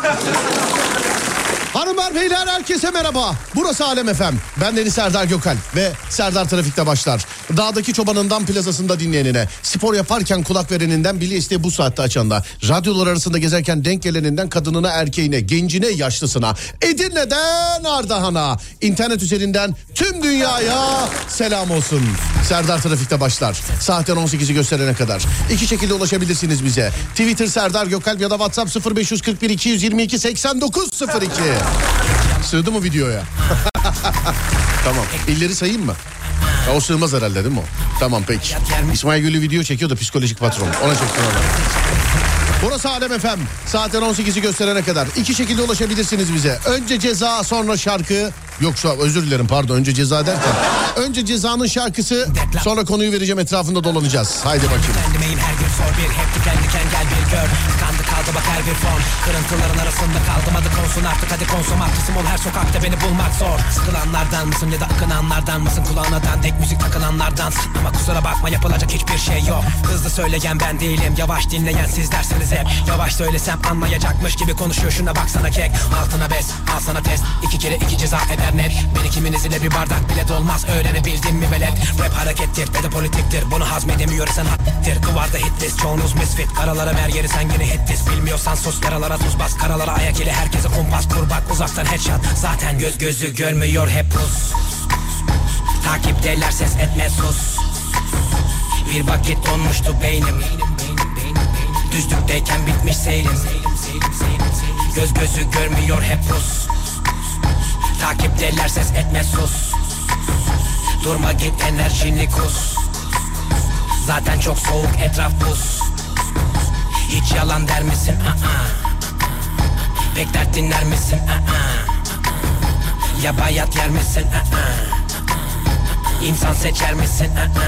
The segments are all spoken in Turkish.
Hanımlar beyler herkese merhaba. Burası Alem FM. Ben Deniz Serdar Gökalp ve Serdar Trafik'te başlar. Dağdaki çobanından plazasında dinleyenine, spor yaparken kulak vereninden bile isteye bu saatte açanla, radyolar arasında gezerken denk geleninden kadınına erkeğine, gencine yaşlısına, Edirne'den Ardahan'a, internet üzerinden tüm dünyaya selam olsun. Serdar Trafik'te başlar. Saatten 18'i gösterene kadar. İki şekilde ulaşabilirsiniz bize. Twitter Serdar Gökalp ya da WhatsApp 0541 222 8902. Sığdı mı videoya? Tamam. İlleri sayayım mı? Ya, o sığmaz herhalde değil mi o? Tamam peki. İsmail Gül'ü video çekiyor da psikolojik patron. Ona çektim ona. Burası Alem FM. Saatten 18'i gösterene kadar. İki şekilde ulaşabilirsiniz bize. Önce ceza, sonra şarkı. Yoksa özür dilerim pardon, önce ceza derken. Önce cezanın şarkısı, sonra konuyu vereceğim, etrafında dolanacağız. Haydi bakayım. Kaldı bak her bir fon. Kırıntıların arasında kaldım, hadi konsun artık, hadi konsomatristim ol, her sokakta beni bulmak zor. Sıkılanlardan mısın ya da akınanlardan mısın, kulağına dandik müzik takılanlardan? Ama kusura bakma, yapılacak hiçbir şey yok. Hızlı söyleyen ben değilim, yavaş dinleyen siz dersiniz hep. Yavaş söylesem anlayacakmış gibi konuşuyor, şuna baksana kek. Altına bes, al sana test, 2 kere 2 ceza eder net. Beni kiminiz ile bir bardak bile dolmaz, öğrenebildin mi velet? Rap harekettir ve de politiktir, bunu hazmedemiyorsan hattir. Kıvarda hitlist, çoğunuz misfit, karalara ver yeri sen yine hittis. Bilmiyorsan sus, yaralara tuz bas, karalara ayak ile herkese kumpas kur, bak uzaktan headshot. Zaten gözü görmüyor hep pus. Takipteler ses etme sus. Bir vakit donmuştu beynim, düzlükteyken bitmiş seyrim. Gözü görmüyor hep pus. Takipteler ses etme sus. Durma git enerjini kus. Zaten çok soğuk etraf buz. Hiç yalan der misin? Pek dert dinler misin? Ya bayat yer misin? İnsan seçer misin?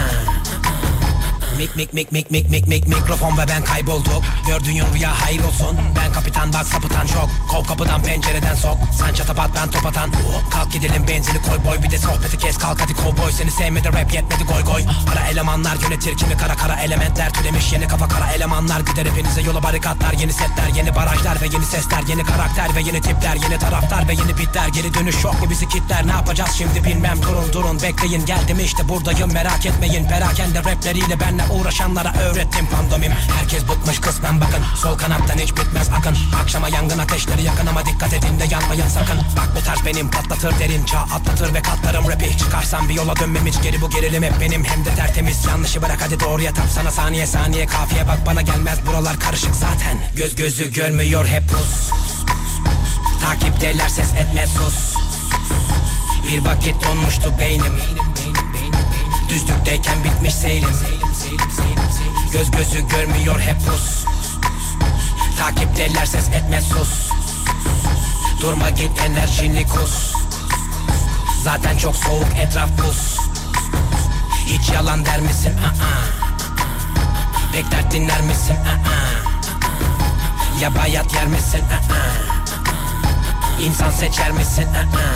Mikrofon ve ben kaybolduk. Gördüğün rüya hayır olsun. Ben kapitan bak sapıtan çok. Kov kapıdan pencereden sok. Sen çatapat ben top atan. Kalk gidelim benzini koy boy, bir de sohbeti kes kalk hadi kovboy. Seni sevmedi rap yetmedi goy goy. Ara elemanlar yönetir kimi, kara elementler türemiş yeni kafa, kara elemanlar gider hepinize yola barikatlar. Yeni setler, yeni barajlar ve yeni sesler, yeni karakter ve yeni tipler, yeni taraftar ve yeni bitler. Geri dönüş yok mu bizi kitler, ne yapacağız şimdi bilmem. Durun bekleyin, geldim işte buradayım, merak etmeyin. Perakende rapleriyle benle uğraşanlara öğrettim pandomim. Herkes bıkmış kısmen bakın, sol kanattan hiç bitmez akın. Akşama yangın ateşleri yakın ama dikkat edin de yanmayın sakın. Bak bu tarz benim, patlatır derin çağ atlatır ve katlarım rapi. Çıkarsam bir yola dönmem hiç geri, bu gerilim hep benim hem de tertemiz. Yanlışı bırak hadi doğruya tap, sana saniye kafiye bak, bana gelmez buralar karışık zaten. Gözü görmüyor hep pus. Takipteler ses etme sus. Bir vakit donmuştu beynim, düzlükteyken bitmiş seyrim. Gözü görmüyor hep pus. Takipteler ses etme sus. Durma git enerjini kus. Zaten çok soğuk etraf buz. Hiç yalan der misin? Pek dert dinler misin? Ya bayat yer misin? İnsan seçer misin?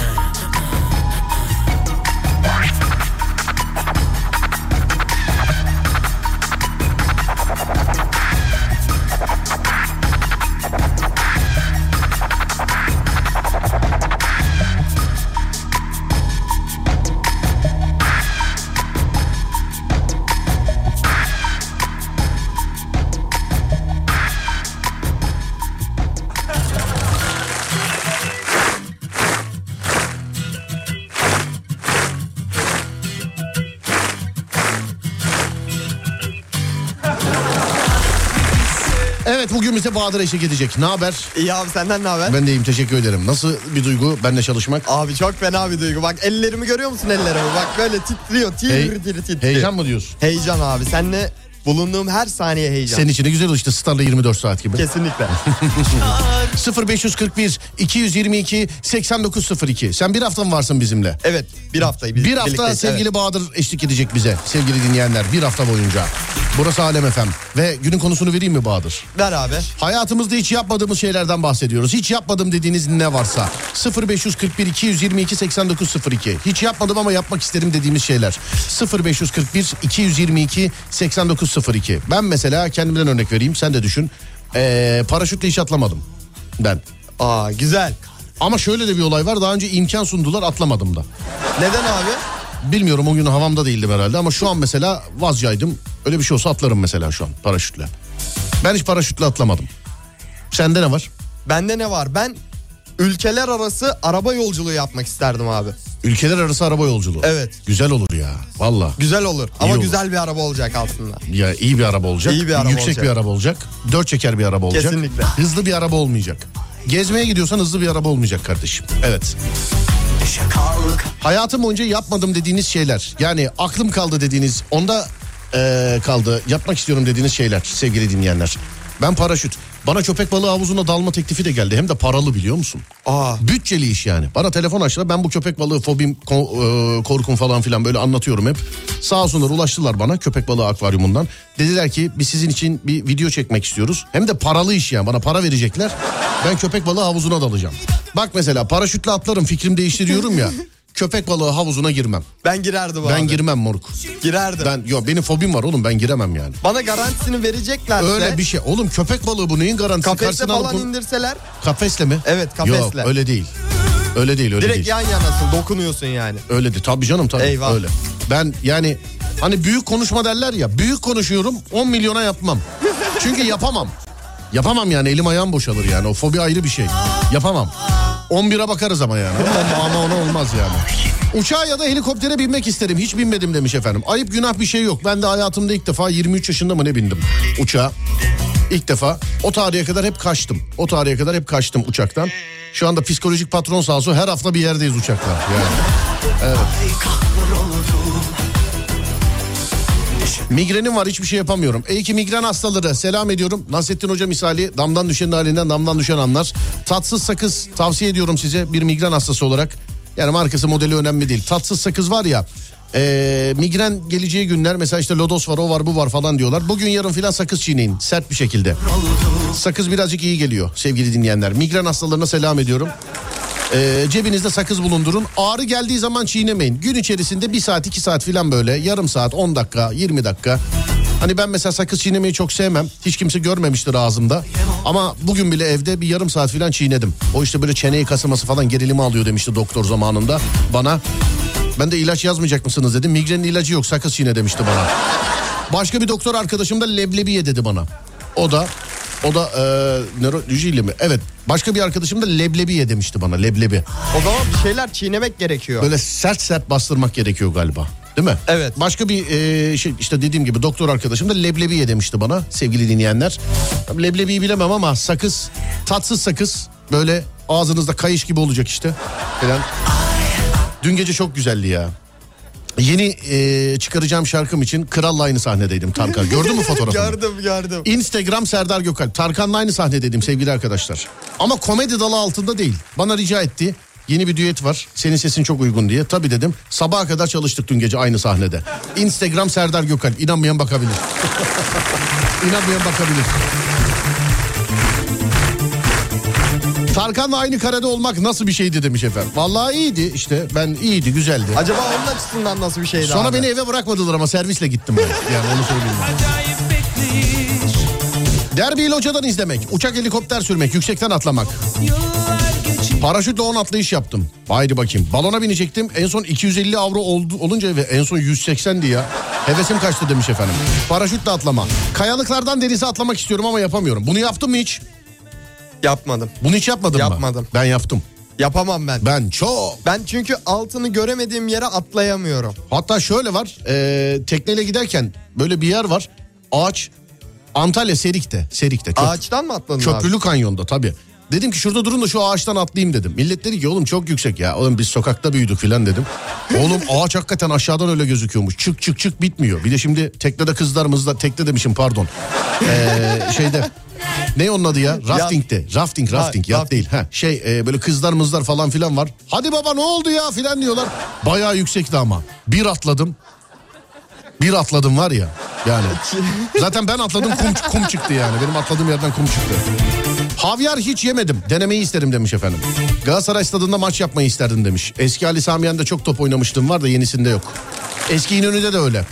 Evet, bugün bize Bahadır eşlik edecek. Ne haber? İyi abi, senden ne haber? Ben de iyiyim, teşekkür ederim. Nasıl bir duygu benimle çalışmak? Abi çok fena bir duygu. Bak ellerimi görüyor musun, ellerimi? Bak böyle titriyor. Titriyor. Heyecan mı diyorsun? Heyecan abi. Seninle bulunduğum her saniye heyecan. Senin için de güzel işte, Star'la 24 saat gibi. Kesinlikle. 0541 222 8902. Sen bir hafta mı varsın bizimle? Evet, bir haftayı biz bir hafta sevgili evet. Bahadır eşlik edecek bize sevgili dinleyenler, bir hafta boyunca. Burası Alem FM ve günün konusunu vereyim mi Bahadır? Ver abi. Hayatımızda hiç yapmadığımız şeylerden bahsediyoruz. Hiç yapmadım dediğiniz ne varsa 0541 222 8902. Hiç yapmadım ama yapmak isterim dediğimiz şeyler 0541 222 8902. Ben mesela kendimden örnek vereyim, sen de düşün. Paraşütle hiç atlamadım ben. Aa güzel. Ama şöyle de bir olay var. Daha önce imkan sundular, atlamadım da. Neden abi? Bilmiyorum, o gün havamda değildim herhalde ama şu an mesela vazcaydım. Öyle bir şey olsa atlarım mesela şu an paraşütle. Ben hiç paraşütle atlamadım. Sende ne var? Bende ne var? Ben ülkeler arası araba yolculuğu yapmak isterdim abi. Ülkeler arası araba yolculuğu. Evet. Güzel olur ya valla. Güzel olur ama olur. güzel bir araba olacak aslında. Ya iyi bir araba olacak. İyi bir araba yüksek olacak. bir araba olacak. 4 çeker bir araba olacak. Kesinlikle. Hızlı bir araba olmayacak. Gezmeye gidiyorsan hızlı bir araba olmayacak kardeşim. Evet. Hayatım boyunca yapmadım dediğiniz şeyler. Yani aklım kaldı dediğiniz, onda kaldı. Yapmak istiyorum dediğiniz şeyler sevgili dinleyenler. Ben paraşüt. Bana köpek balığı havuzuna dalma teklifi de geldi. Hem de paralı, biliyor musun? Bütçeli iş yani. Bana telefon açtılar. Ben bu köpek balığı fobim, korkum falan filan böyle anlatıyorum hep. Sağ olsunlar, ulaştılar bana köpek balığı akvaryumundan. Dediler ki biz sizin için bir video çekmek istiyoruz. Hem de paralı iş yani. Bana para verecekler. Ben köpek balığı havuzuna dalacağım. Bak mesela paraşütle atlarım, fikrim değişti diyorum ya. Köpek balığı havuzuna girmem. Ben girerdim abi. Ben girmem moruk. Girerdim. Benim fobim var oğlum, ben giremem yani. Bana garantisini vereceklerse. Öyle bir şey. Oğlum köpek balığı bu neyin garantisi? Kafesle falan indirseler. Kafesle mi? Evet, kafesle. Yok öyle değil. Öyle değil. Direkt yan yanasın, dokunuyorsun yani. Öyle değil. Tabii canım tabii. Eyvah. Öyle. Ben yani hani büyük konuşma derler ya. Büyük konuşuyorum, 10 milyona yapmam. Çünkü yapamam. Yapamam yani, elim ayağım boşalır yani. O fobi ayrı bir şey. Yapamam. 11'e bakarız ama yani. Ama ona olmaz yani. Uçağa ya da helikoptere binmek isterim. Hiç binmedim demiş efendim. Ayıp günah bir şey yok. Ben de hayatımda ilk defa 23 yaşında mı ne bindim uçağa. İlk defa. O tarihe kadar hep kaçtım uçaktan. Şu anda psikolojik patron sağ olsun, her hafta bir yerdeyiz uçakta. Yani. Evet. Migrenim var, hiçbir şey yapamıyorum. İyi ki migren hastaları, selam ediyorum. Nasrettin Hoca misali damdan düşen halinden damdan düşen anlar. Tatsız sakız tavsiye ediyorum size bir migren hastası olarak. Yani markası modeli önemli değil. Tatsız sakız var ya, migren geleceği günler mesela işte lodos var, o var, bu var falan diyorlar. Bugün yarın filan sakız çiğneyin sert bir şekilde. Sakız birazcık iyi geliyor sevgili dinleyenler. Migren hastalarına selam ediyorum. Cebinizde sakız bulundurun. Ağrı geldiği zaman çiğnemeyin. Gün içerisinde 1 saat 2 saat filan böyle, yarım saat 10 dakika 20 dakika. Hani ben mesela sakız çiğnemeyi çok sevmem. Hiç kimse görmemiştir ağzımda. Ama bugün bile evde bir yarım saat filan çiğnedim. O işte böyle çeneyi kasılması falan gerilimi alıyor demişti doktor zamanında bana. Ben de ilaç yazmayacak mısınız dedim. Migrenin ilacı yok, sakız çiğne demişti bana. Başka bir doktor arkadaşım da leblebi ye dedi bana. O da nörolojiyle mi? Evet. Başka bir arkadaşım da leblebi ye demişti bana, leblebi. O zaman bir şeyler çiğnemek gerekiyor. Böyle sert bastırmak gerekiyor galiba. Değil mi? Evet. Başka bir şey işte dediğim gibi doktor arkadaşım da leblebi ye demişti bana sevgili dinleyenler. Leblebiyi bilemem ama sakız, tatsız sakız böyle ağzınızda kayış gibi olacak işte falan. Dün gece çok güzeldi ya. Yeni çıkaracağım şarkım için Kral'la aynı sahnedeydim Tarkan. Gördün mü fotoğrafını? Gördüm. Instagram Serdar Gökalp. Tarkan'la aynı sahnedeydim sevgili arkadaşlar. Ama komedi dalı altında değil. Bana rica etti. Yeni bir düet var. Senin sesin çok uygun diye. Tabii dedim. Sabaha kadar çalıştık dün gece aynı sahnede. Instagram Serdar Gökalp. İnanmayan bakabilir. İnanmayan bakabilir. Tarkan'la aynı karede olmak nasıl bir şeydi demiş efendim. Vallahi iyiydi işte, iyiydi, güzeldi. Acaba onun açısından nasıl bir şeydi Sonra abi? beni eve bırakmadılar ama servisle gittim ben. Yani onu söyleyeyim. Derbi locadan izlemek, uçak helikopter sürmek, yüksekten atlamak. Paraşütle 10 atlayış yaptım. Haydi bakayım. Balona binecektim. En son 250 avro olunca ve en son 180'di ya. Hevesim kaçtı demiş efendim. Paraşütle atlama. Kayalıklardan denize atlamak istiyorum ama yapamıyorum. Bunu yaptın mı hiç? Yapmadım. Bunu hiç yapmadın mı? Yapmadım. Ben yaptım. Yapamam ben. Ben çünkü altını göremediğim yere atlayamıyorum. Hatta şöyle var. Tekneyle giderken böyle bir yer var. Ağaç. Antalya Serik'te. Ağaçtan mı atladın Köprülü abi? Kanyon'da tabii. Dedim ki şurada durun da şu ağaçtan atlayayım dedim. Millet dedi ki oğlum çok yüksek ya. Oğlum biz sokakta büyüdük filan dedim. Oğlum ağaç hakikaten aşağıdan öyle gözüküyormuş. Çık bitmiyor. Bir de şimdi teknede kızlarımızla, tekne demişim pardon. Şeyde ne onun adı ya? Rafting yat değil. Böyle kızlar falan filan var. Hadi baba ne oldu ya filan diyorlar. Bayağı yüksekti ama. Bir atladım var ya. Yani zaten ben atladım kum çıktı yani. Benim atladığım yerden kum çıktı. Havyar hiç yemedim. Denemeyi isterim demiş efendim. Galatasaray stadında maç yapmayı isterdim demiş. Eski Ali Samiyen'de çok top oynamıştım var da yenisinde yok. Eski İnönü'de de öyle.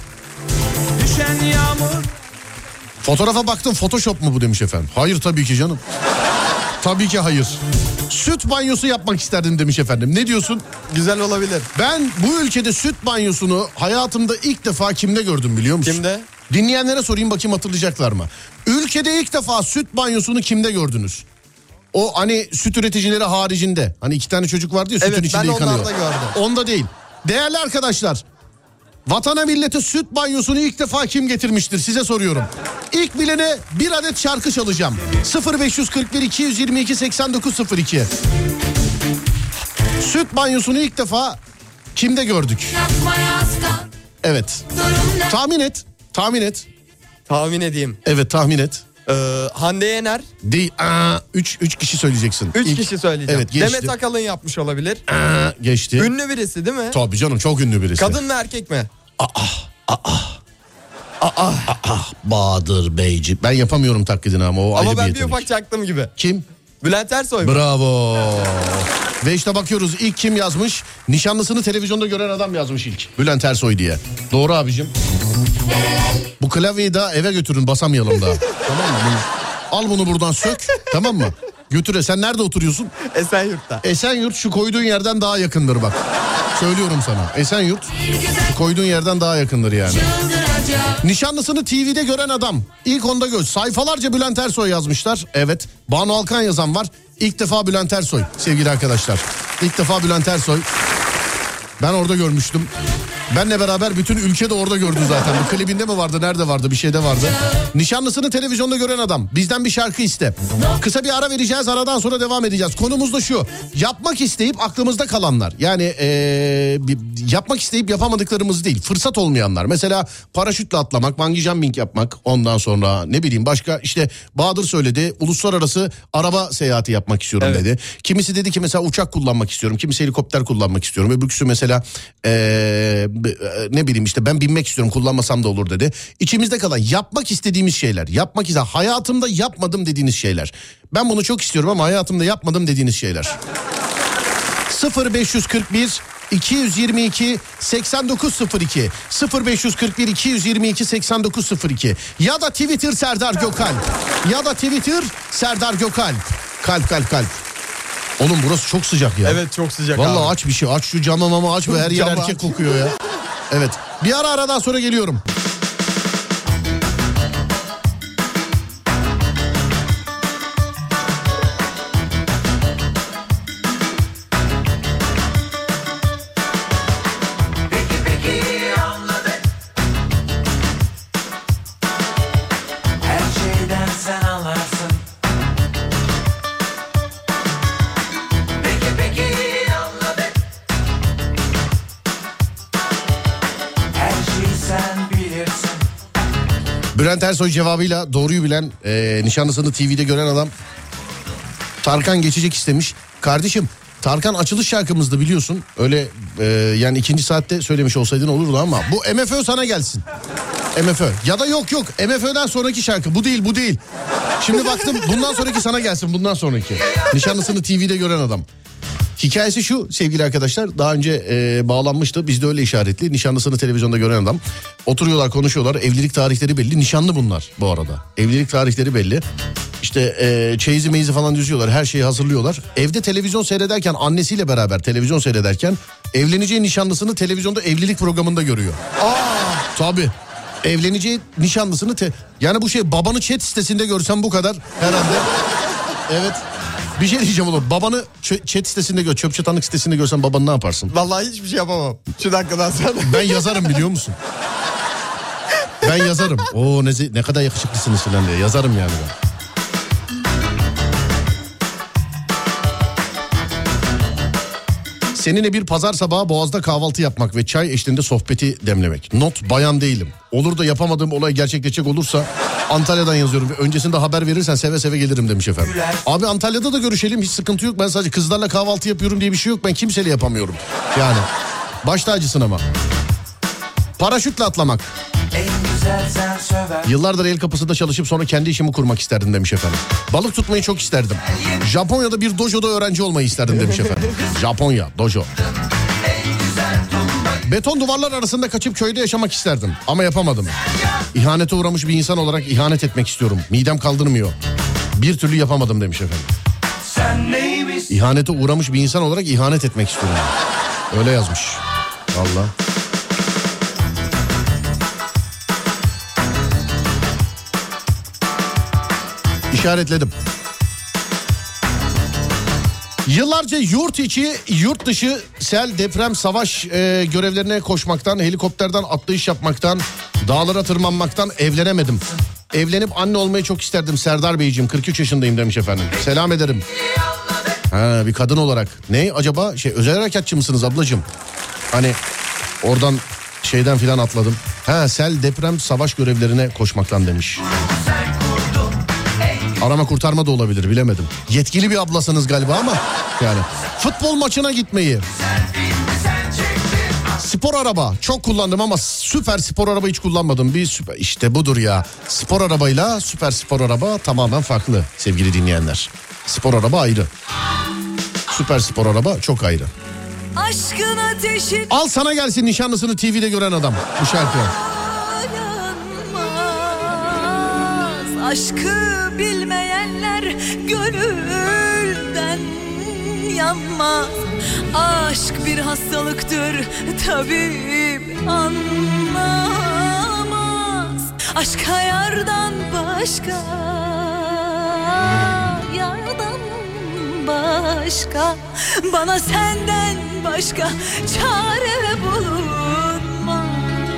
Fotoğrafa baktım, Photoshop mu bu demiş efendim. Hayır tabii ki canım. Tabii ki hayır. Süt banyosu yapmak isterdim demiş efendim. Ne diyorsun? Güzel olabilir. Ben bu ülkede süt banyosunu hayatımda ilk defa kimde gördüm biliyor musun? Kimde? Dinleyenlere sorayım bakayım hatırlayacaklar mı? Ülkede ilk defa süt banyosunu kimde gördünüz? O hani süt üreticileri haricinde. Hani 2 tane çocuk vardı ya sütün Evet, içinde ben yıkanıyor. onlarda gördüm. Onda değil. Değerli arkadaşlar, vatana millete süt banyosunu ilk defa kim getirmiştir size soruyorum. İlk bilene bir adet şarkı çalacağım. 0541 222 8902. Süt banyosunu ilk defa kimde gördük? Evet. Tahmin et. Tahmin et. Tahmin edeyim. Evet, tahmin et. Hande Yener. Değil. 3 kişi söyleyeceksin. 3 kişi söyleyeceğim. Evet, geçti. Demet Akalın yapmış olabilir. Geçti. Ünlü birisi değil mi? Tabii canım, çok ünlü birisi. Kadın mı erkek mi? Bahadır Beyci. Ben yapamıyorum taklidini ama o ayrı Ama bir ben bir yetenek. ufak çaktım gibi. Kim? Bülent Ersoy mu? Bravo. Ve işte bakıyoruz ilk kim yazmış? Nişanlısını televizyonda gören adam yazmış ilk. Bülent Ersoy diye. Doğru abicim. Bu klavyeyi daha eve götürün, basamayalım daha. Tamam mı? Al bunu buradan sök. Tamam mı? Götüre. Sen nerede oturuyorsun? Esenyurt'ta. Esenyurt şu koyduğun yerden daha yakındır bak. Söylüyorum sana. Esenyurt şu koyduğun yerden daha yakındır yani. Nişanlısını TV'de gören adam. İlk onda göz. Sayfalarca Bülent Ersoy yazmışlar. Evet. Banu Alkan yazan var. İlk defa Bülent Ersoy sevgili arkadaşlar. İlk defa Bülent Ersoy. Ben orada görmüştüm. Benle beraber bütün ülke de orada gördü zaten. Bu klibinde mi vardı, nerede vardı, bir şeyde vardı. Nişanlısını televizyonda gören adam. Bizden bir şarkı iste. Kısa bir ara vereceğiz, aradan sonra devam edeceğiz. Konumuz da şu: yapmak isteyip aklımızda kalanlar. Yani yapmak isteyip yapamadıklarımız değil, fırsat olmayanlar. Mesela paraşütle atlamak, bungee jumping yapmak. Ondan sonra ne bileyim başka, işte Bahadır söyledi, uluslararası araba seyahati yapmak istiyorum dedi. Kimisi dedi ki mesela uçak kullanmak istiyorum. Kimisi helikopter kullanmak istiyorum. Öbürküsü mesela ne bileyim işte ben binmek istiyorum, kullanmasam da olur dedi. İçimizde kalan yapmak istediğimiz şeyler, hayatımda yapmadım dediğiniz şeyler. Ben bunu çok istiyorum ama hayatımda yapmadım dediğiniz şeyler. 0541 222 8902 0541 222 8902 ya da Twitter Serdar Gökalp. Kalp. Oğlum burası çok sıcak ya. Evet, çok sıcak. Vallahi abi. aç bir şey. Aç şu camı aç ve her yer Camı erkek aç. kokuyor ya. Evet. Bir aradan sonra geliyorum. Peki anladık. Her şeyden sen anlarsın. Peki anladık. Her şeyi sen bilirsin. Bülent Ersoy cevabıyla doğruyu bilen, nişanlısını TV'de gören adam. Tarkan geçecek istemiş. Kardeşim, Tarkan açılış şarkımızdı biliyorsun. Öyle yani 2. saatte söylemiş olsaydın olurdu ama bu MFÖ sana gelsin. MFÖ ya da yok MFÖ'den sonraki şarkı bu değil. Şimdi baktım bundan sonraki sana gelsin, bundan sonraki. Nişanlısını TV'de gören adam. Hikayesi şu sevgili arkadaşlar, daha önce bağlanmıştı, bizde öyle işaretli. Nişanlısını televizyonda gören adam. Oturuyorlar, konuşuyorlar, evlilik tarihleri belli, nişanlı bunlar bu arada. Evlilik tarihleri belli. İşte çeyizi meyizi falan düzüyorlar, her şeyi hazırlıyorlar. Evde televizyon seyrederken, annesiyle beraber televizyon seyrederken evleneceği nişanlısını televizyonda evlilik programında görüyor. Tabii. Evleneceği nişanlısını yani bu şey, babanı chat sitesinde görsem bu kadar herhalde. Evet. Bir şey diyeceğim oğlum. Babanı chat sitesinde çöp çatanlık sitesinde görsen babanı ne yaparsın? Vallahi hiçbir şey yapamam. Şu dakikadan sonra. Ben yazarım biliyor musun? Ben yazarım. Oo ne kadar yakışıklısınız falan diye yazarım yani ben. Seninle bir pazar sabahı Boğaz'da kahvaltı yapmak ve çay eşliğinde sohbeti demlemek. Not: bayan değilim. Olur da yapamadığım olay gerçekleşecek olursa Antalya'dan yazıyorum. Öncesinde haber verirsen seve seve gelirim demiş efendim. Abi Antalya'da da görüşelim, hiç sıkıntı yok. Ben sadece kızlarla kahvaltı yapıyorum diye bir şey yok. Ben kimseyle yapamıyorum. Yani baş tacısın ama. Paraşütle atlamak. En güzel sen söver. Yıllardır el kapısında çalışıp sonra kendi işimi kurmak isterdim demiş efendim. Balık tutmayı çok isterdim. Japonya'da bir dojo'da öğrenci olmayı isterdim demiş efendim. Japonya, dojo. Beton duvarlar arasında kaçıp köyde yaşamak isterdim ama yapamadım. İhanete uğramış bir insan olarak ihanet etmek istiyorum. Midem kaldırmıyor. Bir türlü yapamadım demiş efendim. Sen neymiş? İhanete uğramış bir insan olarak ihanet etmek istiyorum. Öyle yazmış. Vallahi. İşaretledim. Yıllarca yurt içi, yurt dışı sel, deprem, savaş görevlerine koşmaktan, helikopterden atlayış yapmaktan, dağlara tırmanmaktan evlenemedim. Evlenip anne olmayı çok isterdim Serdar Beyciğim. 43 yaşındayım demiş efendim. Selam ederim. Ha, bir kadın olarak. Ne acaba? Özel harekatçı mısınız ablacığım? Hani oradan şeyden filan atladım. Ha, sel, deprem, savaş görevlerine koşmaktan demiş. Arama kurtarma da olabilir, bilemedim. Yetkili bir ablasınız galiba ama yani. Futbol maçına gitmeyi. Spor araba çok kullandım ama süper spor araba hiç kullanmadım. İşte budur ya. Spor arabayla süper spor araba tamamen farklı sevgili dinleyenler. Spor araba ayrı. Süper spor araba çok ayrı. Aşkın ateşi Al sana gelsin nişanlısını TV'de gören adam bu şarkı. yanmaz. Aşkı bilmeyenler gönülden yanmaz. Aşk bir hastalıktır, tabip anlamaz. Aşk yardan başka, yardan başka, bana senden başka çare bulunmaz.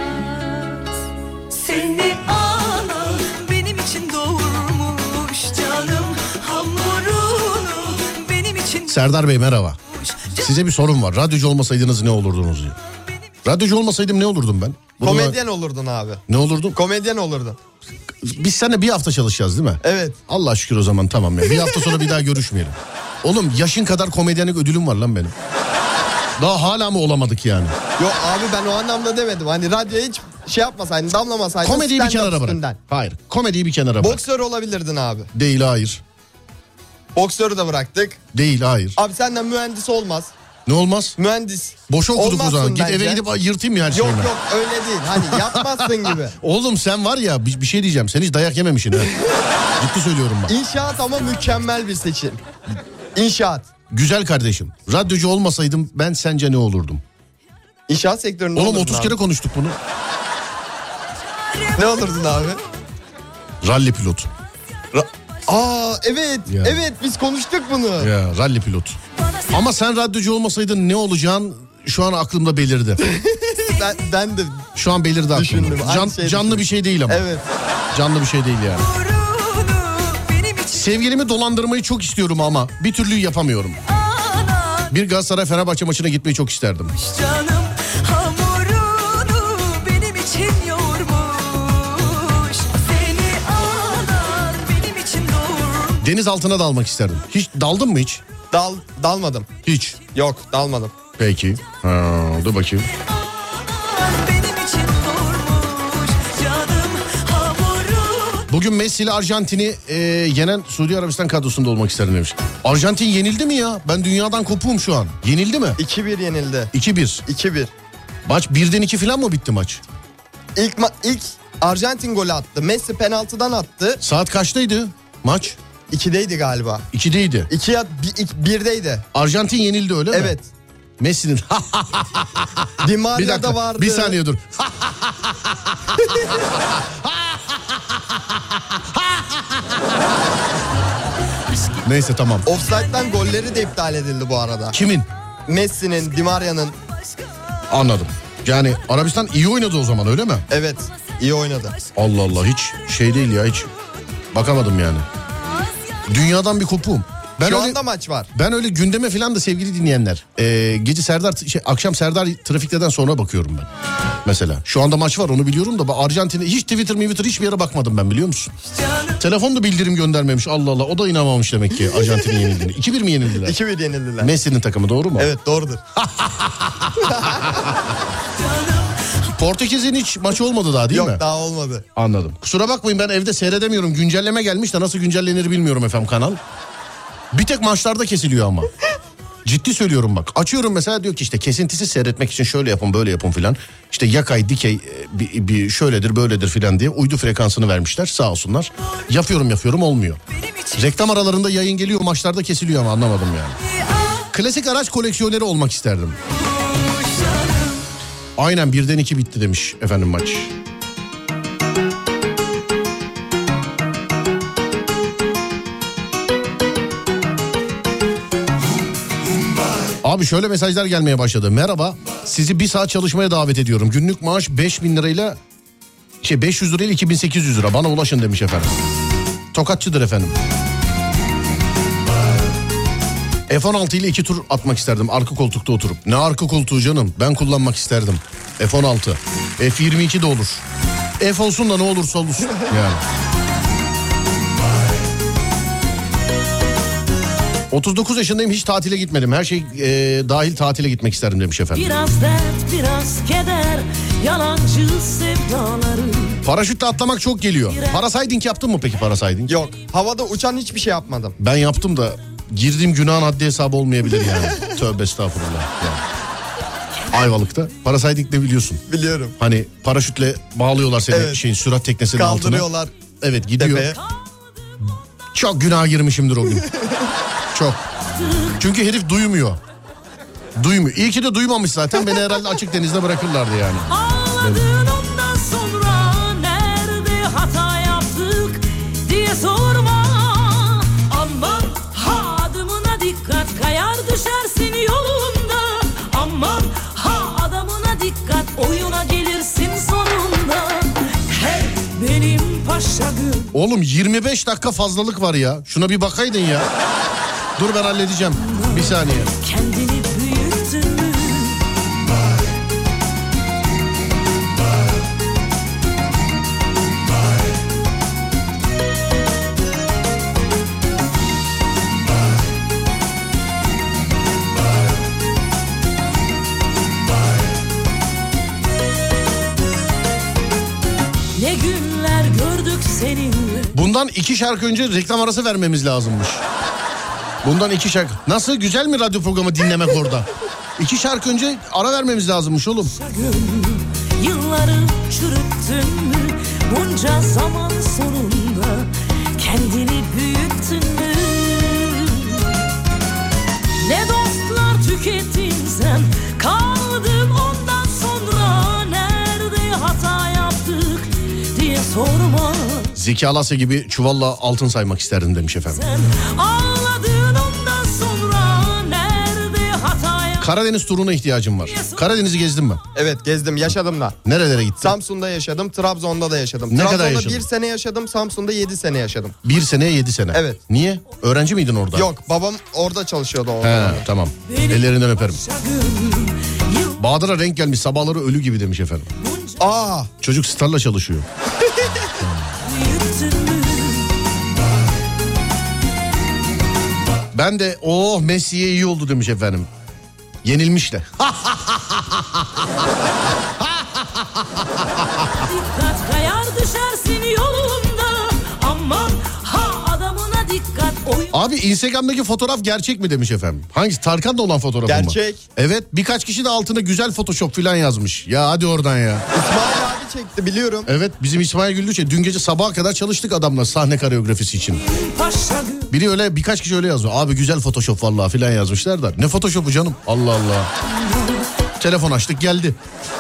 Seni anam benim için doğurmuş, canım hamurunu benim için. Serdar Bey merhaba. Size bir sorum var. Radyocu olmasaydınız ne olurdunuz diye. Radyocu olmasaydım ne olurdum ben? Komedyen olurdun abi. Ne olurdum? Komedyen olurdun. Biz seninle bir hafta çalışacağız değil mi? Evet. Allah şükür o zaman tamam ya. Bir hafta sonra bir daha görüşmeyelim. Oğlum yaşın kadar komedyenlik ödülüm var lan benim. Daha hala mı olamadık yani? Yok abi ben o anlamda demedim. Hani radyoya hiç şey yapmasaydın, damlamasaydın. Komediyi bir stand-up kenara bırak. üstünden. Hayır. Komediyi bir kenara bırak. Boksör olabilirdin abi. Değil, hayır. Boksörü de bıraktık. Değil, hayır. Abi senden mühendis olmaz. Ne olmaz? Mühendis. Boşa okuduk o Olmazsın zaman. Git bence. eve gidip yırtayım ya her Yok şeyimi. yok öyle değil. Hani yapmazsın gibi. Oğlum sen var ya bir şey diyeceğim. Sen hiç dayak yememişsin ha. Ciddi söylüyorum bak. İnşaat ama mükemmel bir seçim. İnşaat. Güzel kardeşim. Radyocu olmasaydım ben sence ne olurdum? İnşaat sektöründe Oğlum olurdun 30 abi. kere konuştuk bunu. Ne olurdun abi? Ralli pilot. Aa evet. Ya. Evet biz konuştuk bunu. Ya ralli pilot. Ama sen radyocu olmasaydın ne olacağın şu an aklımda belirdi. ben de Şu an belirdi aklımda. Düşündüm, aynı şeyi Canlı düşündüm. bir şey değil ama. evet. Canlı bir şey değil yani. Sevgilimi dolandırmayı çok istiyorum ama bir türlü yapamıyorum. Bir Galatasaray Fenerbahçe maçına gitmeyi çok isterdim. Canım hamurunu benim için yoğurmuş. Seni alan benim için doğurmuş. Deniz altına dalmak isterdim. Hiç daldın mı hiç? Dalmadım. Hiç. Yok dalmadım. Peki. Dur bakayım. Benim için doğurmuş. Canım hamurunu. Bugün Messi ile Arjantin'i yenen Suudi Arabistan kadrosunda olmak isterdim demiş. Arjantin yenildi mi ya? Ben dünyadan kopuğum şu an. Yenildi mi? 2-1 yenildi. 2-1. 2-1. Maç 1'den 2 falan mı bitti maç? İlk Arjantin golü attı. Messi penaltıdan attı. Saat kaçtaydı maç? 2'deydi galiba. 2'deydi. 1'deydi. Arjantin yenildi öyle mi? Evet. Messi'nin. Di Bir Maria dakika. da vardı. Bir saniye dur. Neyse tamam. Offside'den golleri de iptal edildi bu arada. Kimin? Messi'nin, Di Maria'nın. Anladım. Yani Arabistan iyi oynadı o zaman öyle mi? Evet. iyi oynadı. Allah Allah hiç şey değil ya hiç. Bakamadım yani. Dünyadan bir kopuğum. Ben Şu öyle, anda maç var. ben öyle gündeme falan da sevgili dinleyenler. Gece akşam Serdar Trafik'ten sonra bakıyorum ben. Mesela şu anda maç var onu biliyorum da Arjantin'e hiç Twitter hiçbir yere bakmadım ben biliyor musun? Telefon da bildirim göndermemiş Allah Allah o da inanmamış demek ki Arjantin'in yenildiğini. 2-1 mi yenildiler? 2-1 yenildiler. Messi'nin takımı doğru mu? Evet doğrudur. Portekiz'in hiç maçı olmadı daha değil Yok mi? daha olmadı. Anladım. Kusura bakmayın ben evde seyredemiyorum. Güncelleme gelmiş de nasıl güncellenir bilmiyorum efendim kanal. Bir tek maçlarda kesiliyor ama. Ciddi söylüyorum bak. Açıyorum mesela, diyor ki işte kesintisiz seyretmek için şöyle yapın böyle yapın filan. İşte yakay dikey bir şöyledir böyledir filan diye uydu frekansını vermişler sağ olsunlar. Yapıyorum olmuyor. Reklam aralarında yayın geliyor, maçlarda kesiliyor ama anlamadım yani. Klasik araç koleksiyoneri olmak isterdim. Aynen 1'den 2 bitti demiş efendim maç. Abi şöyle mesajlar gelmeye başladı. Merhaba, sizi bir saat çalışmaya davet ediyorum. Günlük maaş 5.000 lirayla 500 lirayla 2.800 lira. Bana ulaşın demiş efendim. Tokatçıdır efendim. F-16 ile 2 tur atmak isterdim arka koltukta oturup. Ne arka koltuğu canım, ben kullanmak isterdim. F-16, F-22 de olur. F olsun da ne olursa olsun yani. 39 yaşındayım, hiç tatile gitmedim. Her şey dahil tatile gitmek isterdim demiş efendim. Biraz dert, biraz keder, yalancı sevdaları. Paraşütle atlamak çok geliyor. Parasayding yaptın mı peki parasayding? Yok, havada uçan hiçbir şey yapmadım. Ben yaptım da girdiğim günahın haddi hesabı olmayabilir yani. Tövbe estağfurullah. Yani. Ayvalık'ta parasayding de biliyorsun. Biliyorum. Hani paraşütle bağlıyorlar seni Evet. sürat teknesinin altına. Kaldırıyorlar. Evet, gidiyor. Tepeye. Çok günaha girmişimdir o gün. Çok. Çünkü herif duymuyor. İyi ki de duymamış zaten. Beni herhalde açık denizde bırakırlardı yani. Ağladın ondan sonra nerede hata yaptık diye sorma. Aman ha adımına dikkat, kayar düşersin yolunda. Aman ha adamına dikkat, oyuna gelirsin sonunda. Hey benim paşa gül. Oğlum 25 dakika fazlalık var ya. Şuna bir bakaydın ya. Dur ben halledeceğim. Bir saniye. Kendini büyüttün mü? Ne günler gördük seninle. Bundan 2 şarkı önce reklam arası vermemiz lazımmış. Bundan 2 şarkı. Nasıl, güzel mi radyo programı dinlemek orada? 2 şarkı önce ara vermemiz lazımmış oğlum. Yılları çürüttün mü? Bunca zaman sonunda kendini büyüttün mü? Ne dostlar tükettin sen, kaldın ondan sonra nerede hata yaptık diye sorma. Zeki Alasya gibi çuvalla altın saymak isterdim demiş efendim. Sen ağladın ondan sonra nerede hata yaptık. Karadeniz turuna ihtiyacım var. Karadeniz'i gezdim mi? Evet, gezdim, yaşadım da. Nerelere gittin? Samsun'da yaşadım, Trabzon'da da yaşadım. Ne kadar Trabzon'da yaşadın? 1 sene yaşadım, Samsun'da 7 sene yaşadım. 1 seneye 7 sene. Evet. Niye? Öğrenci miydin orada? Yok, babam orada çalışıyordu. He, tamam. Ellerinden öperim. Yıl Bahadır'a renk gelmiş, sabahları ölü gibi demiş efendim. Aa, Çocuk Star'la çalışıyor. büyüttün mü? Ben de Messi'ye iyi oldu demiş efendim. Yenilmiş de. Dikkat, kayar düşersin yolunda. Aman ha adamına dikkat. Abi Instagram'daki fotoğraf gerçek mi demiş efendim. Hangisi? Tarkan'da olan fotoğraf mı? Gerçek. Evet, birkaç kişi de altına güzel Photoshop falan yazmış. Ya hadi oradan ya. İsmail abi çekti, biliyorum. Evet, bizim İsmail Güllüç'e dün gece sabaha kadar çalıştık adamla sahne koreografisi için. Paşa gül. Biri öyle, birkaç kişi öyle yazıyor. Abi güzel Photoshop vallahi filan yazmışlar da. Ne Photoshop'u canım? Allah Allah. Telefon açtık geldi.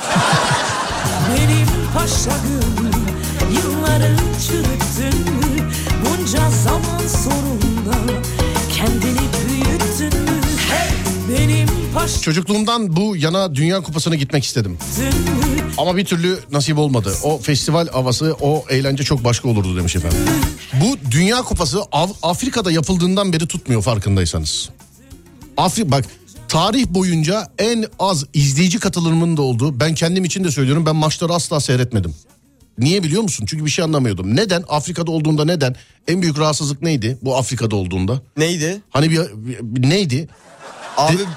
Benim paşa gül. Yılları çürüttün mü? Bunca zaman sonunda kendini büyüttün mü? Hey benim paşa Çocukluğumdan bu yana Dünya Kupası'na gitmek istedim. gül. Ama bir türlü nasip olmadı. O festival havası, o eğlence çok başka olurdu demiş efendim. Bu Dünya Kupası Afrika'da yapıldığından beri tutmuyor farkındaysanız. Bak, tarih boyunca en az izleyici katılımının da olduğu, ben kendim için de söylüyorum, ben maçları asla seyretmedim. Niye biliyor musun? Çünkü bir şey anlamıyordum. Neden? Afrika'da olduğunda neden? En büyük rahatsızlık neydi bu Afrika'da olduğunda? Neydi? Hani neydi? Abi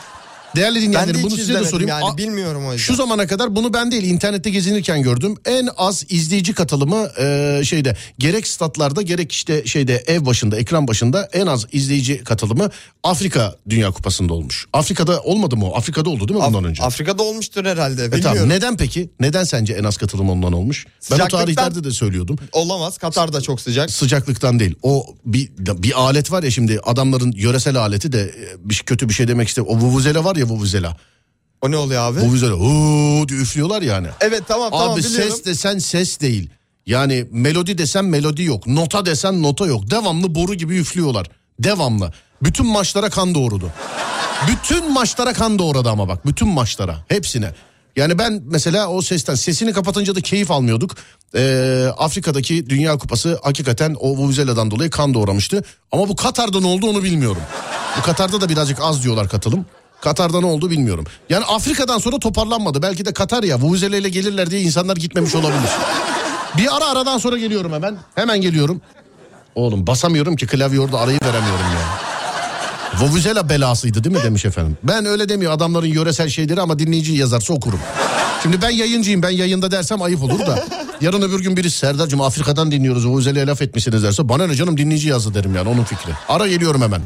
Değerli Ben dinleyenlerim de bunu hiç size de izlemedim sorayım. yani bilmiyorum o yüzden. Şu zamana kadar bunu ben değil internette gezinirken gördüm. En az izleyici katılımı gerek statlarda gerek işte ev başında ekran başında en az izleyici katılımı Afrika Dünya Kupası'nda olmuş. Afrika'da olmadı mı o? Afrika'da oldu değil mi bundan önce? Afrika'da olmuştur herhalde bilmiyorum. Tamam. Neden peki? Neden sence en az katılım ondan olmuş? Ben o Sıcaklıktan- tarihlerde de söylüyordum. Olamaz, Katar da çok sıcak. Sıcaklıktan değil. O bir alet var ya şimdi adamların yöresel aleti de kötü bir şey demek istemiyorum. O vuvuzela var ya vuvuzela. O ne oluyor abi? Vuvuzela ooo diye üflüyorlar yani. Evet tamam Abi biliyorum. ses desen ses değil. Yani melodi desen melodi yok. Nota desen nota yok. Devamlı boru gibi üflüyorlar. Devamlı. Bütün maçlara kan doğurdu. Bütün maçlara kan doğradı ama bak. Bütün maçlara. Hepsine. Yani ben mesela o sesini kapatınca da keyif almıyorduk. Afrika'daki Dünya Kupası hakikaten o vuvuzela'dan dolayı kan doğramıştı. Ama bu Katar'da ne oldu onu bilmiyorum. Bu Katar'da da birazcık az diyorlar katılım. Katar'da ne oldu bilmiyorum. Yani Afrika'dan sonra toparlanmadı. Belki de Katar ya vuvuzela ile gelirler diye insanlar gitmemiş olabilir. Bir aradan sonra geliyorum hemen. Hemen geliyorum. Oğlum basamıyorum ki klavye orada arayı veremiyorum ya. Vuvuzela belasıydı değil mi demiş efendim. Ben öyle demiyor adamların yöresel şeyleri ama dinleyici yazarsa okurum. Şimdi ben yayıncıyım ben yayında dersem ayıp olur da. Yarın öbür gün birisi Serdar'cığım Afrika'dan dinliyoruz Vuvuzela'ya laf etmişsiniz derse bana ne canım dinleyici yazdı derim yani onun fikri. Ara geliyorum hemen.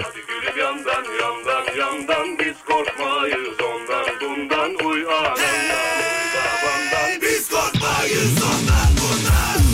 Yandan biz korkmayız ondan bundan uy anandan biz korkmayız ondan bundan.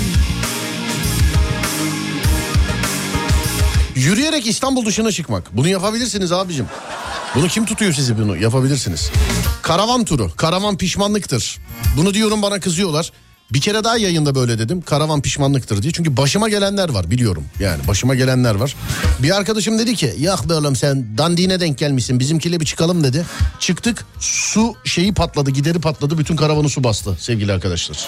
Yürüyerek İstanbul dışına çıkmak. Bunu yapabilirsiniz abicim. Bunu kim tutuyor sizi bunu? Yapabilirsiniz. Karavan turu. Karavan pişmanlıktır. Bunu diyorum bana kızıyorlar. Bir kere daha yayında böyle dedim. Karavan pişmanlıktır diye. Çünkü başıma gelenler var biliyorum. Yani başıma gelenler var. Bir arkadaşım dedi ki yak be oğlum sen dandiğine denk gelmişsin. Bizimkiyle bir çıkalım dedi. Çıktık su şeyi patladı gideri patladı. Bütün karavanı su bastı sevgili arkadaşlar.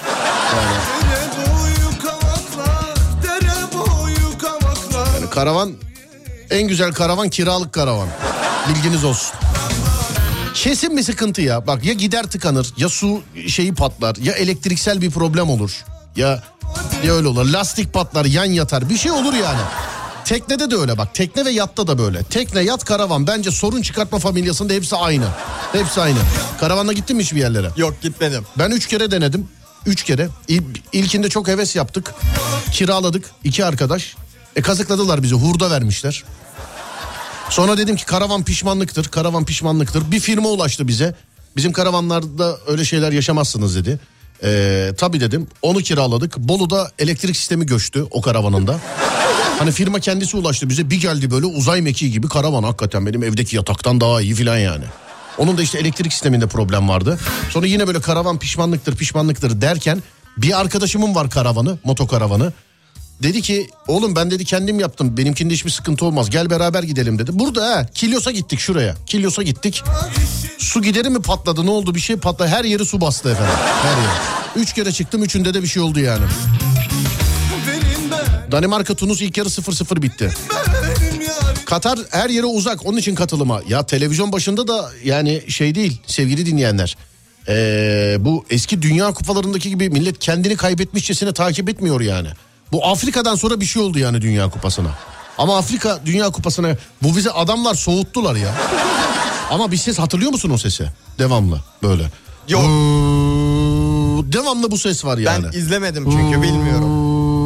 Yani karavan en güzel karavan kiralık karavan. Bilginiz olsun. Kesin bir sıkıntı ya. Bak ya gider tıkanır ya su şeyi patlar ya elektriksel bir problem olur. Ya öyle olur. Lastik patlar yan yatar bir şey olur yani. Teknede de öyle bak. Tekne ve yatta da böyle. Tekne, yat, karavan bence sorun çıkartma familyasında hepsi aynı. Hepsi aynı. Karavanla gittin mi hiçbir yerlere? Yok gitmedim. Ben 3 kere denedim. 3 kere. İlkinde çok heves yaptık. Kiraladık 2 arkadaş. Kazıkladılar bizi hurda vermişler. Sonra dedim ki karavan pişmanlıktır. Karavan pişmanlıktır. Bir firma ulaştı bize. Bizim karavanlarda öyle şeyler yaşamazsınız dedi. Tabii dedim. Onu kiraladık. Bolu'da elektrik sistemi göçtü o karavanında. Hani firma kendisi ulaştı bize. Bir geldi böyle uzay mekiği gibi karavan. Hakikaten benim evdeki yataktan daha iyi filan yani. Onun da işte elektrik sisteminde problem vardı. Sonra yine böyle karavan pişmanlıktır derken bir arkadaşımın var karavanı, motokaravanı. Dedi ki oğlum ben dedi kendim yaptım. Benimkinde hiçbir sıkıntı olmaz. Gel beraber gidelim dedi. Burada Kilyos'a gittik şuraya. Kilyos'a gittik. Su gideri mi patladı ne oldu bir şey patladı. Her yeri su bastı efendim. Her yeri. 3 kere çıktım 3'ünde de bir şey oldu yani. Danimarka Tunus ilk yarı 0-0 bitti. Katar her yere uzak onun için katılıma. Ya televizyon başında da yani şey değil sevgili dinleyenler. Bu eski dünya kupalarındaki gibi millet kendini kaybetmişçesine takip etmiyor yani. Bu Afrika'dan sonra bir şey oldu yani Dünya Kupası'na. Ama Afrika Dünya Kupası'na bu bize adamlar soğuttular ya. Ama bir ses hatırlıyor musun o sesi? Devamlı böyle. Yok. Devamlı bu ses var yani. Ben izlemedim çünkü bilmiyorum.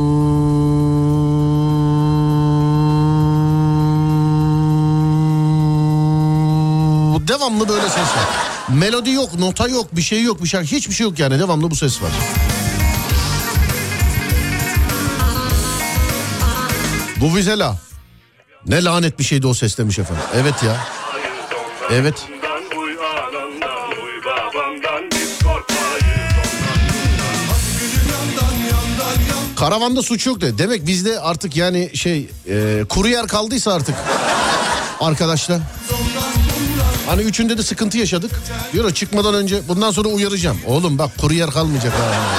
Devamlı böyle ses var. Melodi yok, nota yok, bir şey yok, bir şarkı hiçbir şey yok yani. Devamlı bu ses var. Vuvuzela. Ne lanet bir şeydi o ses demiş efendim. Evet ya. Evet. Karavanda suç yok de. Demek bizde artık yani kuru yer kaldıysa artık arkadaşlar. Hani 3'ünde de sıkıntı yaşadık. Diyor çıkmadan önce bundan sonra uyaracağım. Oğlum bak kuru yer kalmayacak.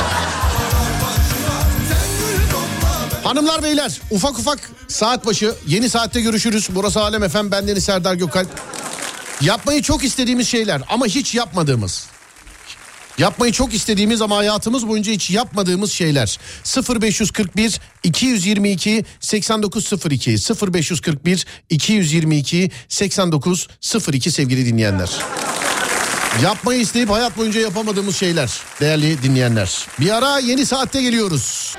Hanımlar beyler ufak ufak saat başı yeni saatte görüşürüz. Burası Alem FM bendeniz Serdar Gökalp. Yapmayı çok istediğimiz şeyler ama hiç yapmadığımız. Yapmayı çok istediğimiz ama hayatımız boyunca hiç yapmadığımız şeyler. 0541 222 8902 0541 222 8902 sevgili dinleyenler. Yapmayı isteyip hayat boyunca yapamadığımız şeyler değerli dinleyenler. Bir ara yeni saatte geliyoruz.